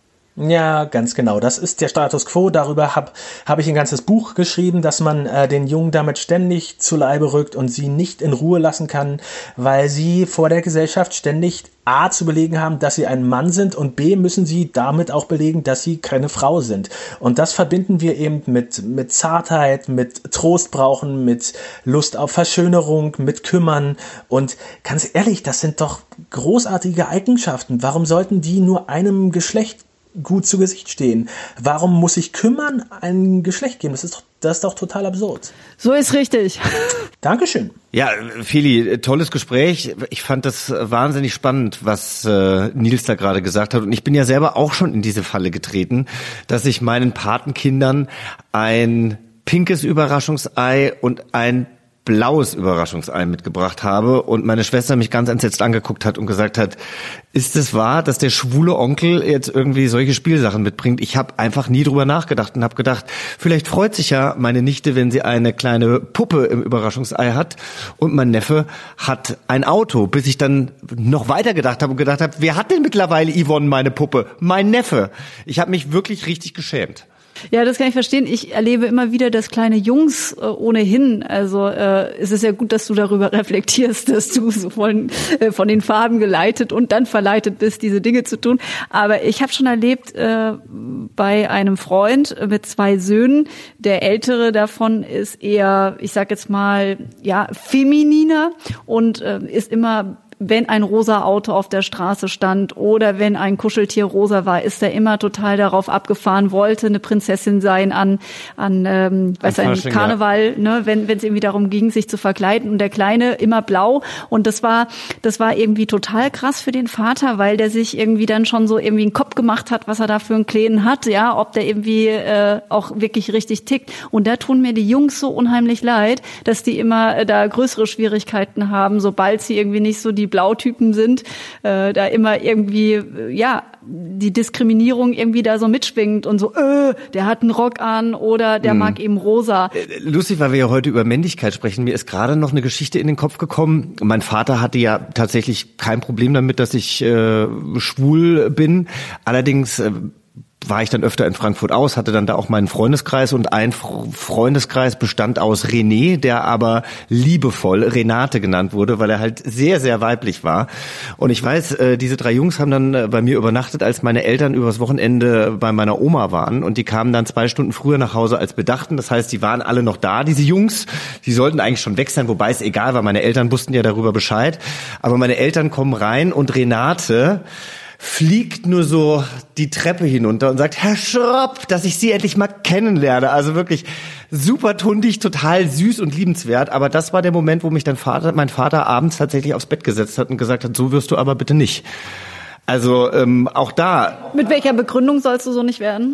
Ja, ganz genau. Das ist der Status quo. Darüber habe hab ich ein ganzes Buch geschrieben, dass man äh, den Jungen damit ständig zu Leibe rückt und sie nicht in Ruhe lassen kann, weil sie vor der Gesellschaft ständig A zu belegen haben, dass sie ein Mann sind und B müssen sie damit auch belegen, dass sie keine Frau sind. Und das verbinden wir eben mit, mit Zartheit, mit Trost brauchen, mit Lust auf Verschönerung, mit Kümmern. Und ganz ehrlich, das sind doch großartige Eigenschaften. Warum sollten die nur einem Geschlecht gut zu Gesicht stehen? Warum muss ich kümmern ein Geschlecht geben? Das ist doch, das ist doch total absurd. So ist richtig. Dankeschön. Ja, Feli, tolles Gespräch. Ich fand das wahnsinnig spannend, was äh, Nils da gerade gesagt hat. Und ich bin ja selber auch schon in diese Falle getreten, dass ich meinen Patenkindern ein pinkes Überraschungsei und ein blaues Überraschungsei mitgebracht habe und meine Schwester mich ganz entsetzt angeguckt hat und gesagt hat, ist es wahr, dass der schwule Onkel jetzt irgendwie solche Spielsachen mitbringt? Ich habe einfach nie drüber nachgedacht und habe gedacht, vielleicht freut sich ja meine Nichte, wenn sie eine kleine Puppe im Überraschungsei hat und mein Neffe hat ein Auto, bis ich dann noch weiter gedacht habe und gedacht habe, wer hat denn mittlerweile Yvonne meine Puppe? Mein Neffe. Ich habe mich wirklich richtig geschämt. Ja, das kann ich verstehen. Ich erlebe immer wieder, dass kleine Jungs äh, ohnehin, also äh, es ist ja gut, dass du darüber reflektierst, dass du so von, äh, von den Farben geleitet und dann verleitet bist, diese Dinge zu tun. Aber ich habe schon erlebt äh, bei einem Freund mit zwei Söhnen, der ältere davon ist eher, ich sag jetzt mal, ja, femininer und äh, ist immer, wenn ein rosa Auto auf der Straße stand oder wenn ein Kuscheltier rosa war, ist er immer total darauf abgefahren, wollte eine Prinzessin sein an an ähm, weiß ein Karneval, ja. Ne, wenn wenn es irgendwie darum ging, sich zu verkleiden und der Kleine immer blau und das war das war irgendwie total krass für den Vater, weil der sich irgendwie dann schon so irgendwie einen Kopf gemacht hat, was er da für einen Kleinen hat, ja, ob der irgendwie äh, auch wirklich richtig tickt und da tun mir die Jungs so unheimlich leid, dass die immer äh, da größere Schwierigkeiten haben, sobald sie irgendwie nicht so die Blautypen sind, äh, da immer irgendwie, äh, ja, die Diskriminierung irgendwie da so mitschwingt und so, äh, der hat einen Rock an oder der hm. mag eben rosa. Lustig, weil wir ja heute über Männlichkeit sprechen. Mir ist gerade noch eine Geschichte in den Kopf gekommen. Mein Vater hatte ja tatsächlich kein Problem damit, dass ich äh, schwul bin. Allerdings äh, war ich dann öfter in Frankfurt aus, hatte dann da auch meinen Freundeskreis und ein Freundeskreis bestand aus René, der aber liebevoll Renate genannt wurde, weil er halt sehr, sehr weiblich war. Und ich weiß, diese drei Jungs haben dann bei mir übernachtet, als meine Eltern übers Wochenende bei meiner Oma waren und die kamen dann zwei Stunden früher nach Hause als bedachten. Das heißt, die waren alle noch da, diese Jungs. Die sollten eigentlich schon weg sein, wobei es egal war, meine Eltern wussten ja darüber Bescheid. Aber meine Eltern kommen rein und Renate fliegt nur so die Treppe hinunter und sagt, Herr Schropp, dass ich Sie endlich mal kennenlerne. Also wirklich super tundig, total süß und liebenswert. Aber das war der Moment, wo mich dann Vater, mein Vater abends tatsächlich aufs Bett gesetzt hat und gesagt hat, so wirst du aber bitte nicht. Also ähm, auch da. Mit welcher Begründung sollst du so nicht werden?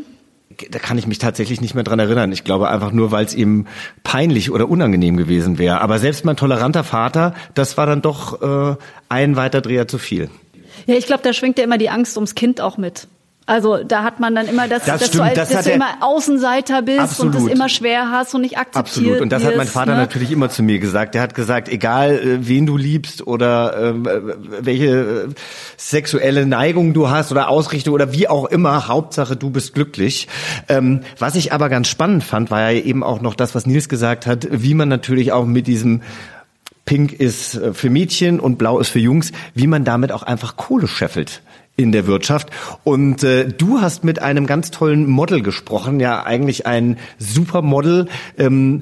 Da kann ich mich tatsächlich nicht mehr dran erinnern. Ich glaube einfach nur, weil es ihm peinlich oder unangenehm gewesen wäre. Aber selbst mein toleranter Vater, das war dann doch äh, ein Weiterdreher zu viel. Ja, ich glaube, da schwingt ja immer die Angst ums Kind auch mit. Also da hat man dann immer das, das dass, stimmt, du, als, das dass du immer Außenseiter bist absolut. und das immer schwer hast und nicht akzeptiert Absolut. Und das wirst, hat mein Vater ne? natürlich immer zu mir gesagt. Er hat gesagt, egal äh, wen du liebst oder äh, welche äh, sexuelle Neigung du hast oder Ausrichtung oder wie auch immer, Hauptsache du bist glücklich. Ähm, was ich aber ganz spannend fand, war ja eben auch noch das, was Nils gesagt hat, wie man natürlich auch mit diesem Pink ist für Mädchen und Blau ist für Jungs, wie man damit auch einfach Kohle scheffelt in der Wirtschaft. Und äh, du hast mit einem ganz tollen Model gesprochen, ja eigentlich ein Supermodel, ähm,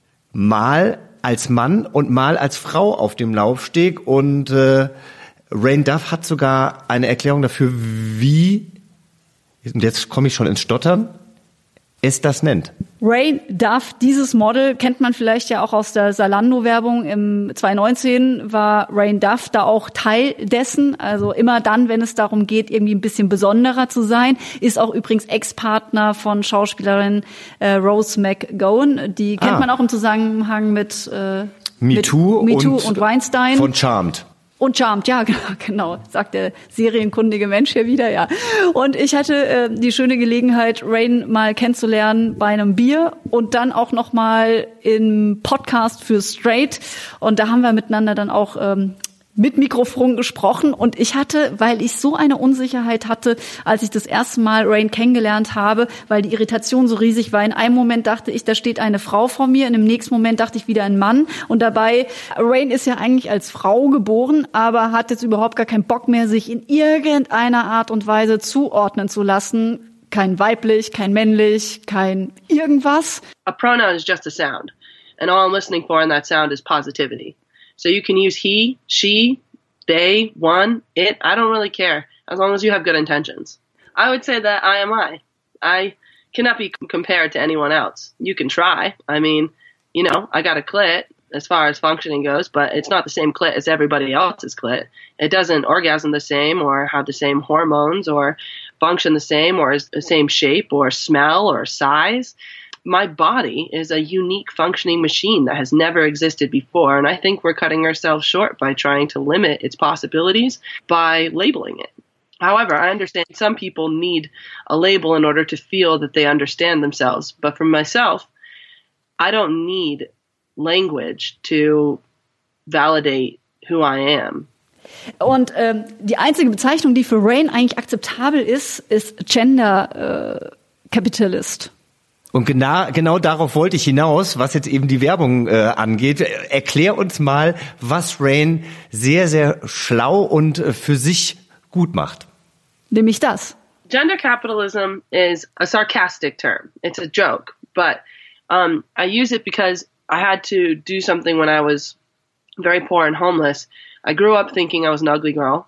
mal als Mann und mal als Frau auf dem Laufsteg. Und äh, Rain Duff hat sogar eine Erklärung dafür, wie, jetzt komme ich schon ins Stottern, es das nennt. Rain Duff, dieses Model kennt man vielleicht ja auch aus der Zalando-Werbung. Im zwanzig neunzehn war Rain Duff da auch Teil dessen. Also immer dann, wenn es darum geht, irgendwie ein bisschen besonderer zu sein. Ist auch übrigens Ex-Partner von Schauspielerin äh, Rose McGowan. Die kennt ah. man auch im Zusammenhang mit äh, Me Too Me Too und, und Weinstein. Von Charmed. Und Charmed, ja, genau, sagt der serienkundige Mensch hier wieder, ja. Und ich hatte äh, die schöne Gelegenheit, Rain mal kennenzulernen bei einem Bier und dann auch noch mal im Podcast für Straight. Und da haben wir miteinander dann auch ähm, mit Mikrofon gesprochen. Und ich hatte, weil ich so eine Unsicherheit hatte, als ich das erste Mal Rain kennengelernt habe, weil die Irritation so riesig war. In einem Moment dachte ich, da steht eine Frau vor mir. In dem nächsten Moment dachte ich wieder ein Mann. Und dabei, Rain ist ja eigentlich als Frau geboren, aber hat jetzt überhaupt gar keinen Bock mehr, sich in irgendeiner Art und Weise zuordnen zu lassen. Kein weiblich, kein männlich, kein irgendwas. A pronoun is just a sound. And all I'm listening for in that sound is positivity. So you can use he, she, they, one, it. I don't really care as long as you have good intentions. I would say that I am I. I cannot be compared to anyone else. You can try. I mean, you know, I got a clit as far as functioning goes, but it's not the same clit as everybody else's clit. It doesn't orgasm the same or have the same hormones or function the same or is the same shape or smell or size. My body is a unique functioning machine that has never existed before, and I think we're cutting ourselves short by trying to limit its possibilities by labeling it. However, I understand some people need a label in order to feel that they understand themselves, but for myself, I don't need language to validate who I am. Und ähm, die einzige Bezeichnung, die für Rain eigentlich akzeptabel ist, ist Gender äh, Capitalist. Und genau, genau darauf wollte ich hinaus, was jetzt eben die Werbung äh, angeht. Erklär uns mal, was Rain sehr, sehr schlau und äh, für sich gut macht. Nämlich das. Gender capitalism is a sarcastic term. It's a joke, but um, I use it because I had to do something when I was very poor and homeless. I grew up thinking I was an ugly girl,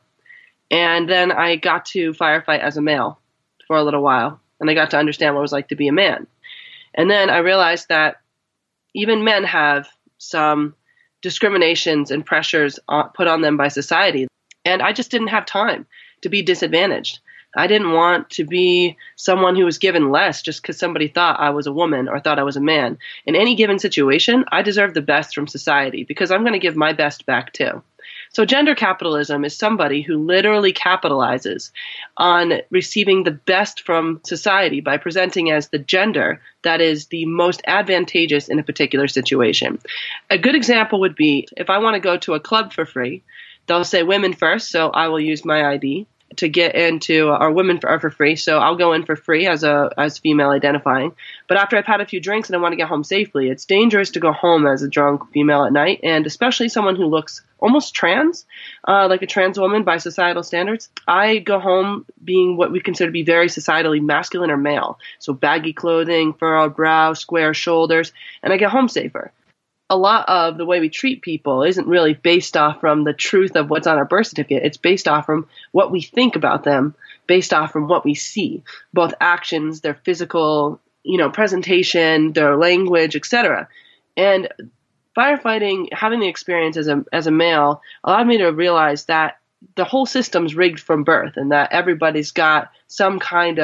and then I got to firefight as a male for a little while, and I got to understand what it was like to be a man. And then I realized that even men have some discriminations and pressures put on them by society. And I just didn't have time to be disadvantaged. I didn't want to be someone who was given less just because somebody thought I was a woman or thought I was a man. In any given situation, I deserve the best from society because I'm going to give my best back too. So gender capitalism is somebody who literally capitalizes on receiving the best from society by presenting as the gender that is the most advantageous in a particular situation. A good example would be if I want to go to a club for free, they'll say women first, so I will use my I D to get into, or women are for free, so I'll go in for free as a as female identifying. But after I've had a few drinks and I want to get home safely, it's dangerous to go home as a drunk female at night, and especially someone who looks almost trans, uh, like a trans woman by societal standards. I go home being what we consider to be very societally masculine or male, so baggy clothing, furrowed brow, square shoulders, and I get home safer. A lot of the way we treat people isn't really based off from the truth of what's on our birth certificate. It's based off from what we think about them, based off from what we see, both actions, their physical, you know, presentation, their language, et cetera. And firefighting, having the experience as a as a male, allowed me to realize that the whole system's rigged from birth and that everybody's got some kind of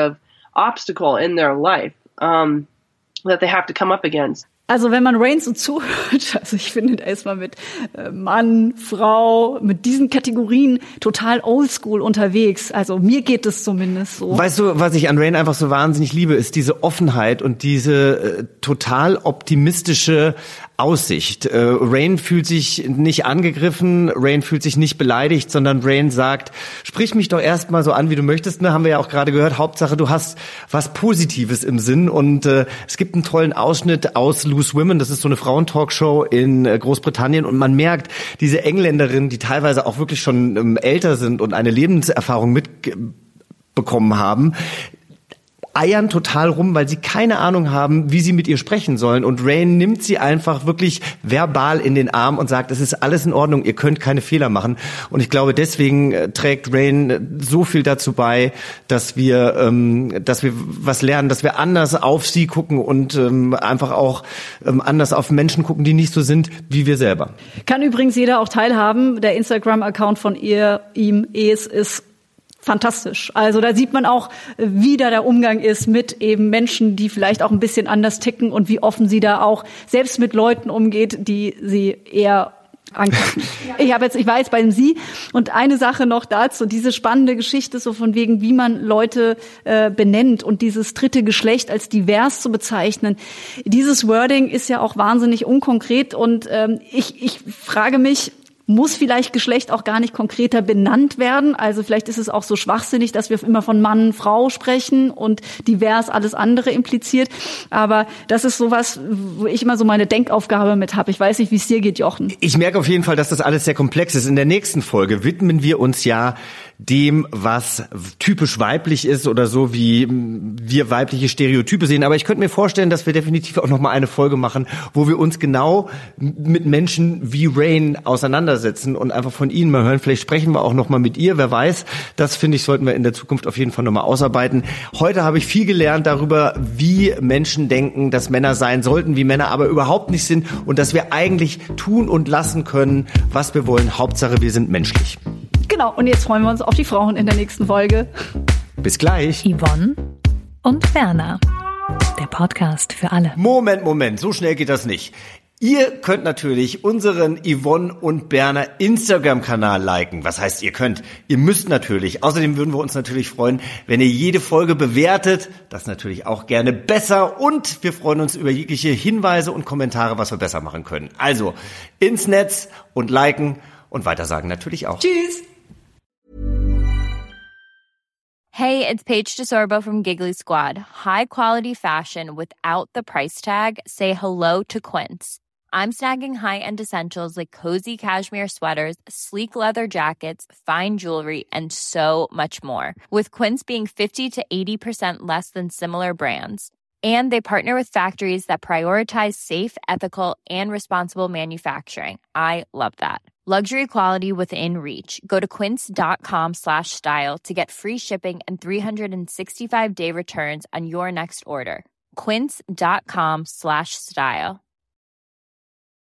obstacle in their life um, that they have to come up against. Also wenn man Rain so zuhört, also ich finde, da ist man mit äh, Mann, Frau, mit diesen Kategorien total oldschool unterwegs. Also mir geht es zumindest so. Weißt du, was ich an Rain einfach so wahnsinnig liebe, ist diese Offenheit und diese äh, total optimistische Aussicht. Äh, Rain fühlt sich nicht angegriffen, Rain fühlt sich nicht beleidigt, sondern Rain sagt, sprich mich doch erstmal so an, wie du möchtest. Ne? Haben wir ja auch gerade gehört. Hauptsache, du hast was Positives im Sinn. Und äh, es gibt einen tollen Ausschnitt aus Loose Women. Das ist so eine Frauentalkshow in äh, Großbritannien. Und man merkt, diese Engländerinnen, die teilweise auch wirklich schon ähm, älter sind und eine Lebenserfahrung mitbekommen haben, eiern total rum, weil sie keine Ahnung haben, wie sie mit ihr sprechen sollen. Und Rain nimmt sie einfach wirklich verbal in den Arm und sagt, es ist alles in Ordnung, ihr könnt keine Fehler machen. Und ich glaube, deswegen trägt Rain so viel dazu bei, dass wir, ähm, dass wir was lernen, dass wir anders auf sie gucken und ähm, einfach auch ähm, anders auf Menschen gucken, die nicht so sind wie wir selber. Kann übrigens jeder auch teilhaben. Der Instagram-Account von ihr, ihm, es ist fantastisch. Also da sieht man auch, wie da der Umgang ist mit eben Menschen, die vielleicht auch ein bisschen anders ticken und wie offen sie da auch selbst mit Leuten umgeht, die sie eher angucken. Ich habe jetzt, ich war jetzt beim Sie und eine Sache noch dazu, diese spannende Geschichte so von wegen, wie man Leute äh, benennt und dieses dritte Geschlecht als divers zu bezeichnen. Dieses Wording ist ja auch wahnsinnig unkonkret und ähm, ich, ich frage mich, muss vielleicht Geschlecht auch gar nicht konkreter benannt werden? Also vielleicht ist es auch so schwachsinnig, dass wir immer von Mann, Frau sprechen und divers alles andere impliziert. Aber das ist sowas, wo ich immer so meine Denkaufgabe mit habe. Ich weiß nicht, wie es dir geht, Jochen. Ich merke auf jeden Fall, dass das alles sehr komplex ist. In der nächsten Folge widmen wir uns ja dem, was typisch weiblich ist oder so, wie wir weibliche Stereotype sehen. Aber ich könnte mir vorstellen, dass wir definitiv auch noch mal eine Folge machen, wo wir uns genau mit Menschen wie Rain auseinandersetzen und einfach von ihnen mal hören. Vielleicht sprechen wir auch noch mal mit ihr, wer weiß. Das, finde ich, sollten wir in der Zukunft auf jeden Fall noch mal ausarbeiten. Heute habe ich viel gelernt darüber, wie Menschen denken, dass Männer sein sollten, wie Männer aber überhaupt nicht sind und dass wir eigentlich tun und lassen können, was wir wollen. Hauptsache, wir sind menschlich. Genau, und jetzt freuen wir uns auf die Frauen in der nächsten Folge. Bis gleich. Yvonne und Berna, der Podcast für alle. Moment, Moment, so schnell geht das nicht. Ihr könnt natürlich unseren Yvonne und Berna Instagram-Kanal liken. Was heißt, ihr könnt? Ihr müsst natürlich. Außerdem würden wir uns natürlich freuen, wenn ihr jede Folge bewertet. Das natürlich auch gerne besser. Und wir freuen uns über jegliche Hinweise und Kommentare, was wir besser machen können. Also ins Netz und liken und weitersagen natürlich auch. Tschüss. Hey, it's Paige DeSorbo from Giggly Squad. High quality fashion without the price tag. Say hello to Quince. I'm snagging high-end essentials like cozy cashmere sweaters, sleek leather jackets, fine jewelry, and so much more. With Quince being fifty to eighty percent less than similar brands. And they partner with factories that prioritize safe, ethical, and responsible manufacturing. I love that. Luxury quality within reach. Go to quince.com slash style to get free shipping and three sixty-five day returns on your next order. Quince.com slash style.